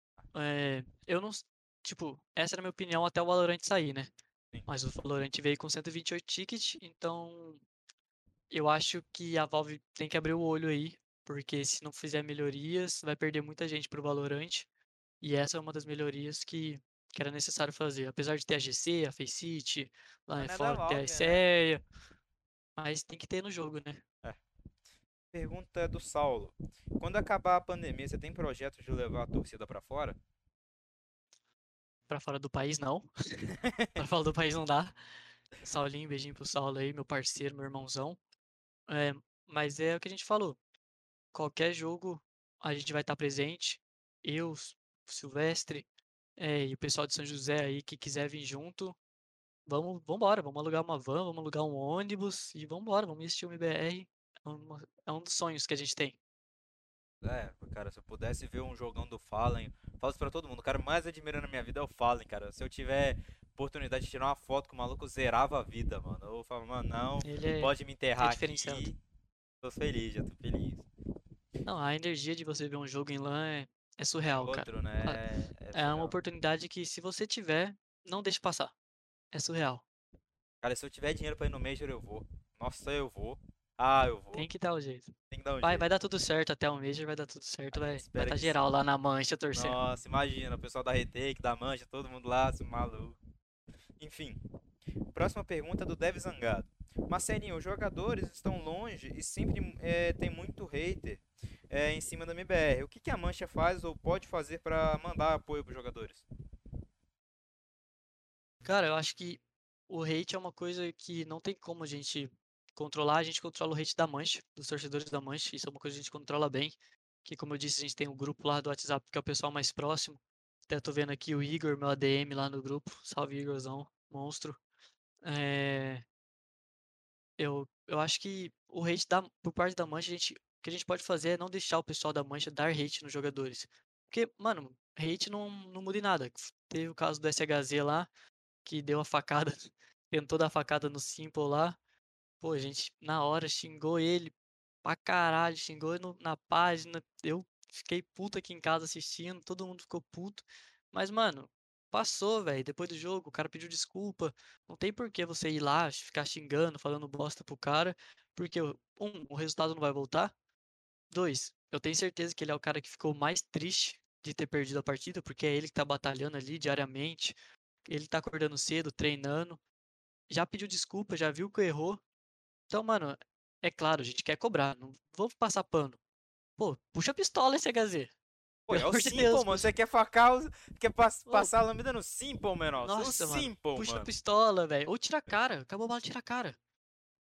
Eu não. Tipo, essa era a minha opinião até o Valorant sair, né? Sim. Mas o Valorant veio com 128 tickets, então eu acho que a Valve tem que abrir o olho aí, porque se não fizer melhorias, vai perder muita gente pro Valorant. E essa é uma das melhorias que era necessário fazer. Apesar de ter a GC, a Faceit, Mas lá não é da fora ter a Valve, né? ESEA, mas tem que ter no jogo, né? É. Pergunta do Saulo. Quando acabar a pandemia, você tem projeto de levar a torcida pra fora? Pra fora do país, não. Pra fora do país não dá. Saulinho, beijinho pro Saulo aí, meu parceiro, meu irmãozão. É, mas é o que a gente falou. Qualquer jogo a gente vai estar presente. Eu, o Silvestre, e o pessoal de São José aí que quiser vir junto. Vambora, vamos alugar uma van, vamos alugar um ônibus e vambora, vamos assistir o MBR. É um dos sonhos que a gente tem. Cara, se eu pudesse ver um jogão do Fallen, falo isso pra todo mundo, o cara mais admirando na minha vida é o Fallen, cara. Se eu tiver oportunidade de tirar uma foto com o maluco, zerava a vida, mano. Eu falo, mano, não, Ele pode me é enterrar diferenciado. aqui. Tô feliz, já tô feliz. Não, a energia de você ver um jogo em LAN é É surreal, cara. outro, Ah, né? É É uma surreal. oportunidade que, se você tiver, não deixe passar. É surreal. Cara, se eu tiver dinheiro pra ir no Major, eu vou. Nossa, eu vou. Ah, eu vou. Tem que dar o jeito. Tem que dar um Vai jeito. dar tudo certo até o Major, vai dar tudo A certo, gente vai espera estar que geral sim. lá na mancha torcendo. Nossa, imagina, o pessoal da Retake, da Mancha, todo mundo lá, se maluco. Enfim, próxima pergunta é do Dev Zangado. Marcelinho, os jogadores estão longe e sempre tem muito hater em cima da MBR. O que, que a Mancha faz ou pode fazer para mandar apoio para os jogadores? Cara, eu acho que o hate é uma coisa que não tem como a gente controlar. A gente controla o hate da Mancha, dos torcedores da Mancha. Isso é uma coisa que a gente controla bem. Que, como eu disse, a gente tem um grupo lá do WhatsApp que é o pessoal mais próximo. Até tô vendo aqui o Igor, meu ADM lá no grupo. Salve, Igorzão, monstro. É, eu acho que o hate por parte da Mancha, o que a gente pode fazer é não deixar o pessoal da Mancha dar hate nos jogadores. Porque, mano, hate não muda em nada. Teve o caso do SHZ lá, que deu a facada, tentou dar a facada no Simple lá. Pô, a gente na hora xingou ele pra caralho, xingou ele na página. Eu fiquei puto aqui em casa assistindo, todo mundo ficou puto. Mas, mano, passou, velho. Depois do jogo, o cara pediu desculpa. Não tem por que você ir lá, ficar xingando, falando bosta pro cara. Porque, o resultado não vai voltar. Dois, eu tenho certeza que ele é o cara que ficou mais triste de ter perdido a partida, porque é ele que tá batalhando ali diariamente. Ele tá acordando cedo, treinando. Já pediu desculpa, já viu que errou. Então, mano, é claro, a gente quer cobrar. Não vou passar pano. Pô, puxa a pistola esse HZ. Pô, Pelo é o amor de Simple, Deus, mano. puxa. Você quer facar, quer Ô, passar a lambida no Simple, menor. O nossa, mano. Simple, Puxa a mano. pistola, velho. Ou tira a cara. Acabou a bala, tira a cara.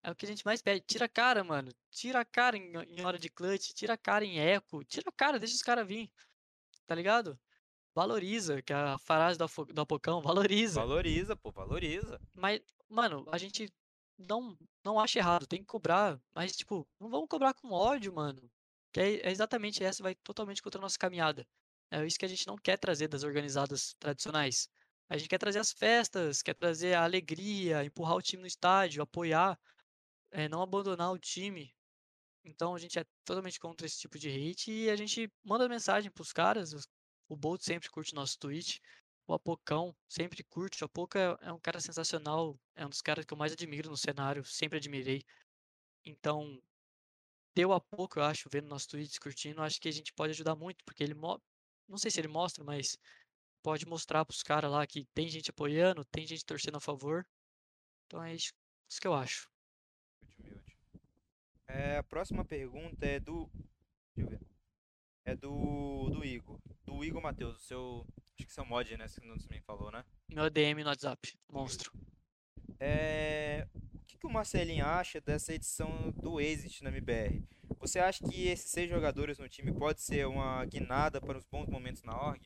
É o que a gente mais pede. Tira a cara, mano. Tira a cara em hora de clutch, tira a cara em eco, tira a cara, deixa os caras vir, tá ligado? Valoriza, que é a frase do Apocão, valoriza. Valoriza, pô, valoriza. Mas, mano, a gente não acha errado, tem que cobrar, mas, tipo, não vamos cobrar com ódio, mano. Que é exatamente essa, vai totalmente contra a nossa caminhada. É isso que a gente não quer trazer das organizadas tradicionais. A gente quer trazer as festas, quer trazer a alegria, empurrar o time no estádio, apoiar, não abandonar o time. Então a gente é totalmente contra esse tipo de hate e a gente manda mensagem pros caras. O Bolt sempre curte nosso tweet. O Apocão sempre curte. O Apoca é um cara sensacional. É um dos caras que eu mais admiro no cenário. Sempre admirei. Então, ter o Apoca, eu acho, vendo nossos tweets, curtindo, acho que a gente pode ajudar muito. Porque ele, não sei se ele mostra, mas pode mostrar pros caras lá que tem gente apoiando, tem gente torcendo a favor. Então é isso que eu acho. Humilde. A próxima pergunta é do. Deixa eu ver. É do Igor. Do Igor Matheus, o seu. Acho que seu mod, né? Se não me falou, né? Meu ADM no WhatsApp, Humilde. monstro. O que o Marcelinho acha dessa edição do Exit na MBR? Você acha que esses 6 jogadores no time pode ser uma guinada para os bons momentos na org?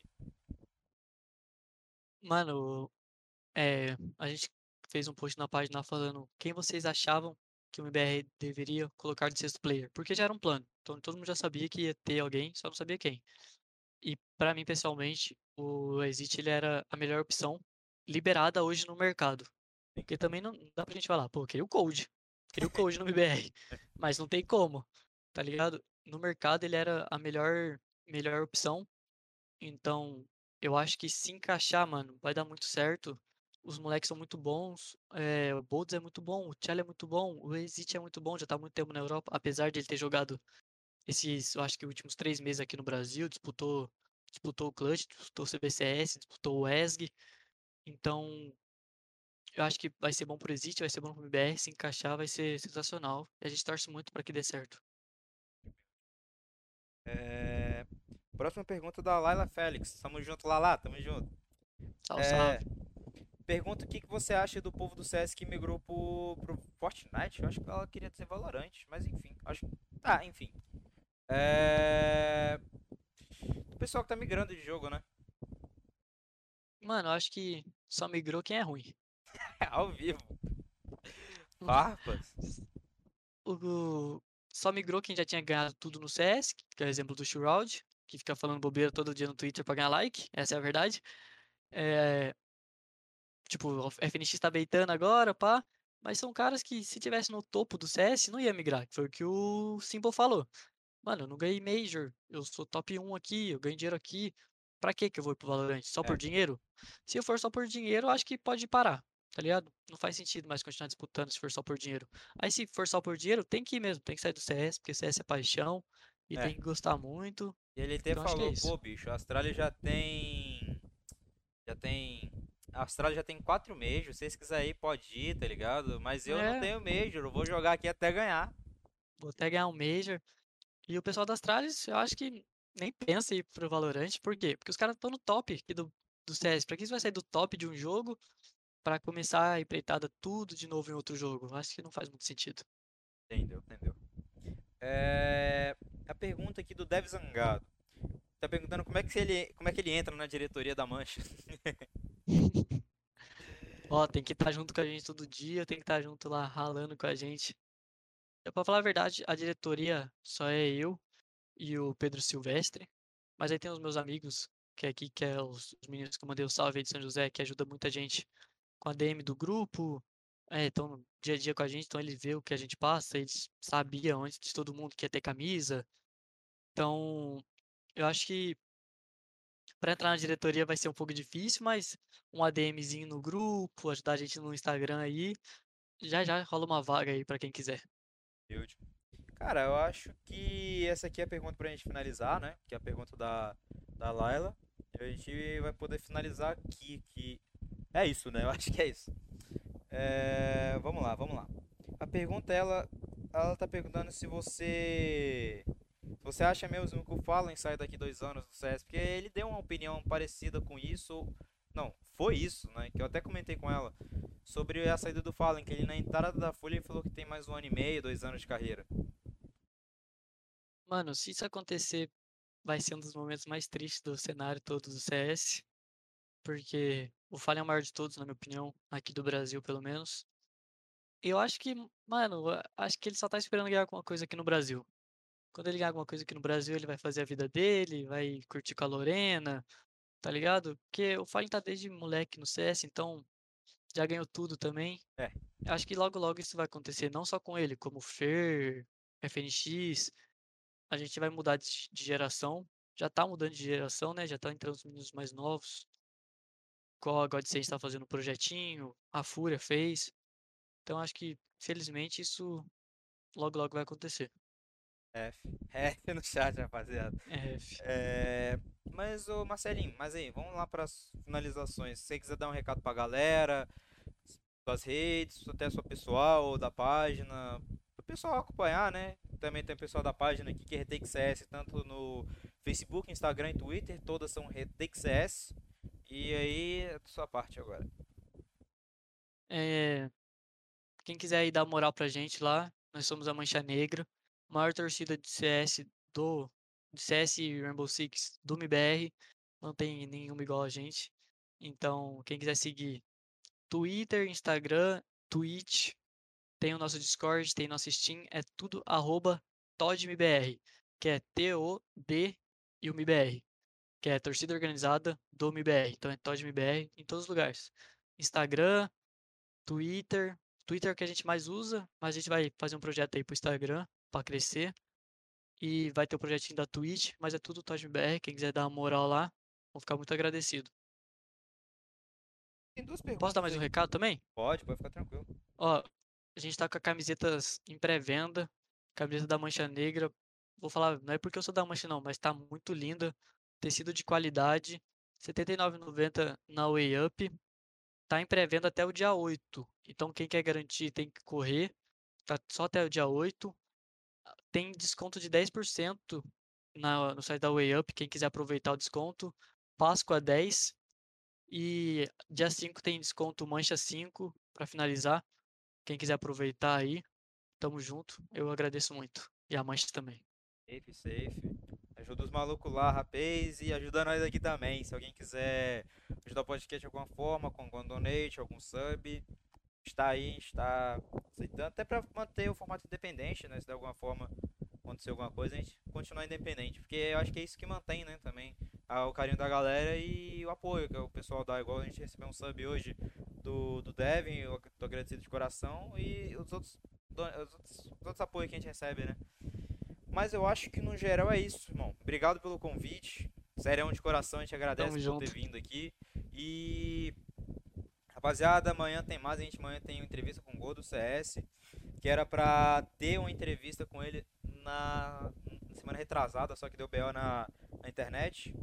Mano, a gente fez um post na página falando quem vocês achavam que o MBR deveria colocar de sexto player, porque já era um plano. Então todo mundo já sabia que ia ter alguém, só não sabia quem. E pra mim, pessoalmente, o Exit ele era a melhor opção liberada hoje no mercado. Porque também não dá pra gente falar, pô, queria o Cold no MBR, mas não tem como, tá ligado? No mercado ele era a melhor opção. Então, eu acho que se encaixar, mano, vai dar muito certo. Os moleques são muito bons. O Boltz é muito bom, o Tchelle é muito bom, o Exit é muito bom, já tá há muito tempo na Europa, apesar de ele ter jogado esses, eu acho que últimos 3 meses aqui no Brasil, disputou o Clutch, disputou o CBCS, disputou o ESG. Então, eu acho que vai ser bom pro Exit, vai ser bom pro MBR, se encaixar vai ser sensacional. E a gente torce muito pra que dê certo. É, Próxima pergunta da Laila Félix. Tamo junto, Lala, tamo junto. Salve, É, salve. Pergunta o que você acha do povo do CS que migrou pro Fortnite. Eu acho que ela queria dizer Valorant, mas enfim. Acho. Ah, enfim. É... O pessoal que tá migrando de jogo, né? Mano, eu acho que só migrou quem é ruim. Ao vivo. Farpas. O, Só migrou quem já tinha ganhado tudo no CS, que é o exemplo do Shroud, que fica falando bobeira todo dia no Twitter pra ganhar like, essa é a verdade. É, tipo, o FNX tá beitando agora, pá. Mas são caras que, se tivesse no topo do CS, não ia migrar, que foi o que o Simple falou. Mano, eu não ganhei Major, eu sou top 1 aqui, eu ganho dinheiro aqui. Pra que eu vou pro Valorant? Só por É, dinheiro? Se eu for só por dinheiro, eu acho que pode parar, tá ligado? Não faz sentido mais continuar disputando se for só por dinheiro. Aí se for só por dinheiro, tem que ir mesmo, tem que sair do CS, porque CS é paixão e é. tem que gostar muito. E ele até Então acho que é falou, isso. pô, bicho, a Astralis já tem. Já tem. A Astralis já tem 4 Majors. Se vocês quiserem ir, pode ir, tá ligado? Mas eu não É, tenho Major, eu vou jogar aqui até ganhar. vou até ganhar um Major. E o pessoal das Astralis, eu acho que nem pensa em ir pro Valorant. Por quê? Porque os caras estão no top aqui do CS. Pra que você vai sair do top de um jogo pra começar a empreitada tudo de novo em outro jogo? Eu acho que não faz muito sentido. Entendeu, entendeu. A pergunta aqui do Dev Zangado. Tá perguntando como é que ele entra na diretoria da Mancha. Ó, tem que estar junto com a gente todo dia, tem que estar junto lá ralando com a gente. Pra falar a verdade, a diretoria só é eu e o Pedro Silvestre. Mas aí tem os meus amigos, que é aqui, que é os meninos que eu mandei o salve aí de São José, que ajuda muita gente com a DM do grupo. Estão no dia a dia com a gente, então eles vê o que a gente passa, eles sabiam antes de todo mundo que ia ter camisa. Então, eu acho que para entrar na diretoria vai ser um pouco difícil, mas um ADMzinho no grupo, ajudar a gente no Instagram aí, já já rola uma vaga aí para quem quiser. Humilde. Cara, eu acho que essa aqui é a pergunta pra gente finalizar, né? Que é a pergunta da Laila. E a gente vai poder finalizar aqui, que é isso, né? Eu acho que é isso. Vamos lá, vamos lá. A pergunta, ela tá perguntando se você acha mesmo que o Fallen sai daqui 2 anos do CS, porque ele deu uma opinião parecida com isso. Não, foi isso, né? Que eu até comentei com ela. sobre a saída do Fallen, que ele na entrada da Folha ele falou que tem mais 1 ano e meio, 2 anos de carreira. Mano, se isso acontecer, vai ser um dos momentos mais tristes do cenário todo do CS, porque o Fallen é o maior de todos, na minha opinião, aqui do Brasil, pelo menos. Eu acho que, mano, acho que ele só tá esperando ganhar alguma coisa aqui no Brasil. Quando ele ganhar alguma coisa aqui no Brasil, ele vai fazer a vida dele, vai curtir com a Lorena, tá ligado? Porque o Fallen tá desde moleque no CS, então já ganhou tudo também. É, Eu acho que logo logo isso vai acontecer, não só com ele, como o Fer, FNX. A gente vai mudar de geração. Já tá mudando de geração, né? Já tá entrando os meninos mais novos. Igual a God6 tá fazendo um projetinho, a Fúria fez. Então acho que, felizmente, isso logo logo vai acontecer. F. F no chat, rapaziada. É, F. É, mas, ô Marcelinho, mas aí, vamos lá para as finalizações. Se você quiser dar um recado pra galera, suas redes, até sua pessoal, da página, o pessoal acompanhar, né? Também tem o pessoal da página aqui que é Retake CS, tanto no Facebook, Instagram e Twitter, todas são Retake CS. E aí, é da sua parte agora. É, quem quiser aí dar moral pra gente lá, nós somos a Mancha Negra, maior torcida de CS de CS e Rainbow Six do MBR, não tem nenhuma igual a gente. Então, quem quiser seguir Twitter, Instagram, Twitch, tem o nosso Discord, tem nosso Steam, é tudo @TODMBR, que é TOD e o MBR, que é torcida organizada do MBR. Então é TODMBR em todos os lugares. Instagram, Twitter é o que a gente mais usa, mas a gente vai fazer um projeto aí pro Instagram para crescer. E vai ter o projetinho da Twitch, mas é tudo TODMBR. Quem quiser dar uma moral lá, vou ficar muito agradecido. Tem duas Posso dar perguntas mais um aqui. recado também? Pode ficar tranquilo. Ó, a gente tá com a camisetas em pré-venda, camiseta da Mancha Negra. Vou falar, não é porque eu sou da Mancha não, mas tá muito linda. Tecido de qualidade, R$ 79,90 na Way Up. Tá em pré-venda até o dia 8. Então quem quer garantir tem que correr. Tá só até o dia 8. Tem desconto de 10% no site da Way Up, quem quiser aproveitar o desconto. Páscoa 10 e dia 5 tem desconto Mancha 5 para finalizar. Quem quiser aproveitar aí, tamo junto. Eu agradeço muito. E a Mancha também. Safe, safe. Ajuda os malucos lá, rapaz, e ajuda nós aqui também. Se alguém quiser ajudar o podcast de alguma forma, com algum donate, algum sub, está aí, está aceitando. Até para manter o formato independente, né? Se de alguma forma acontecer alguma coisa, a gente continuar independente. Porque eu acho que é isso que mantém, né? Também o carinho da galera e o apoio que o pessoal dá. Igual a gente recebeu um sub hoje do Devin, eu tô agradecido de coração. E os outros apoios que a gente recebe, né? Mas eu acho que no geral é isso, irmão. Obrigado pelo convite. Sério, de coração, a gente Tamo agradece por ter junto. vindo aqui. E, rapaziada, amanhã tem mais. A gente amanhã tem uma entrevista com o Gol do CS. Que era pra ter uma entrevista com ele na semana retrasada, só que deu BO na internet.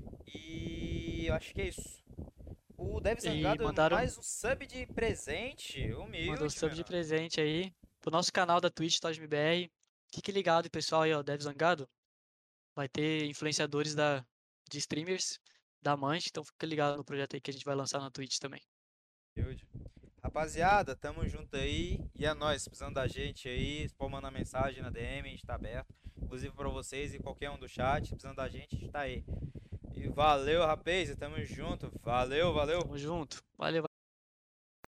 E eu acho que é isso. O Dev E Zangado, mais um sub de presente. mandou Humilde, sub de menor. presente aí pro nosso canal da Twitch, TODMBR. Fique ligado, pessoal aí, ó, Dev Zangado. Vai ter influenciadores de streamers da Mancha, então fica ligado no projeto aí que a gente vai lançar na Twitch também. Humilde. Rapaziada, tamo junto aí. E é nóis, precisando da gente aí. Você pode mandar mensagem na DM, a gente tá aberto. Inclusive pra vocês e qualquer um do chat, precisando da gente, a gente tá aí. E valeu, rapaz, tamo junto. Valeu, valeu. Tamo junto. Valeu.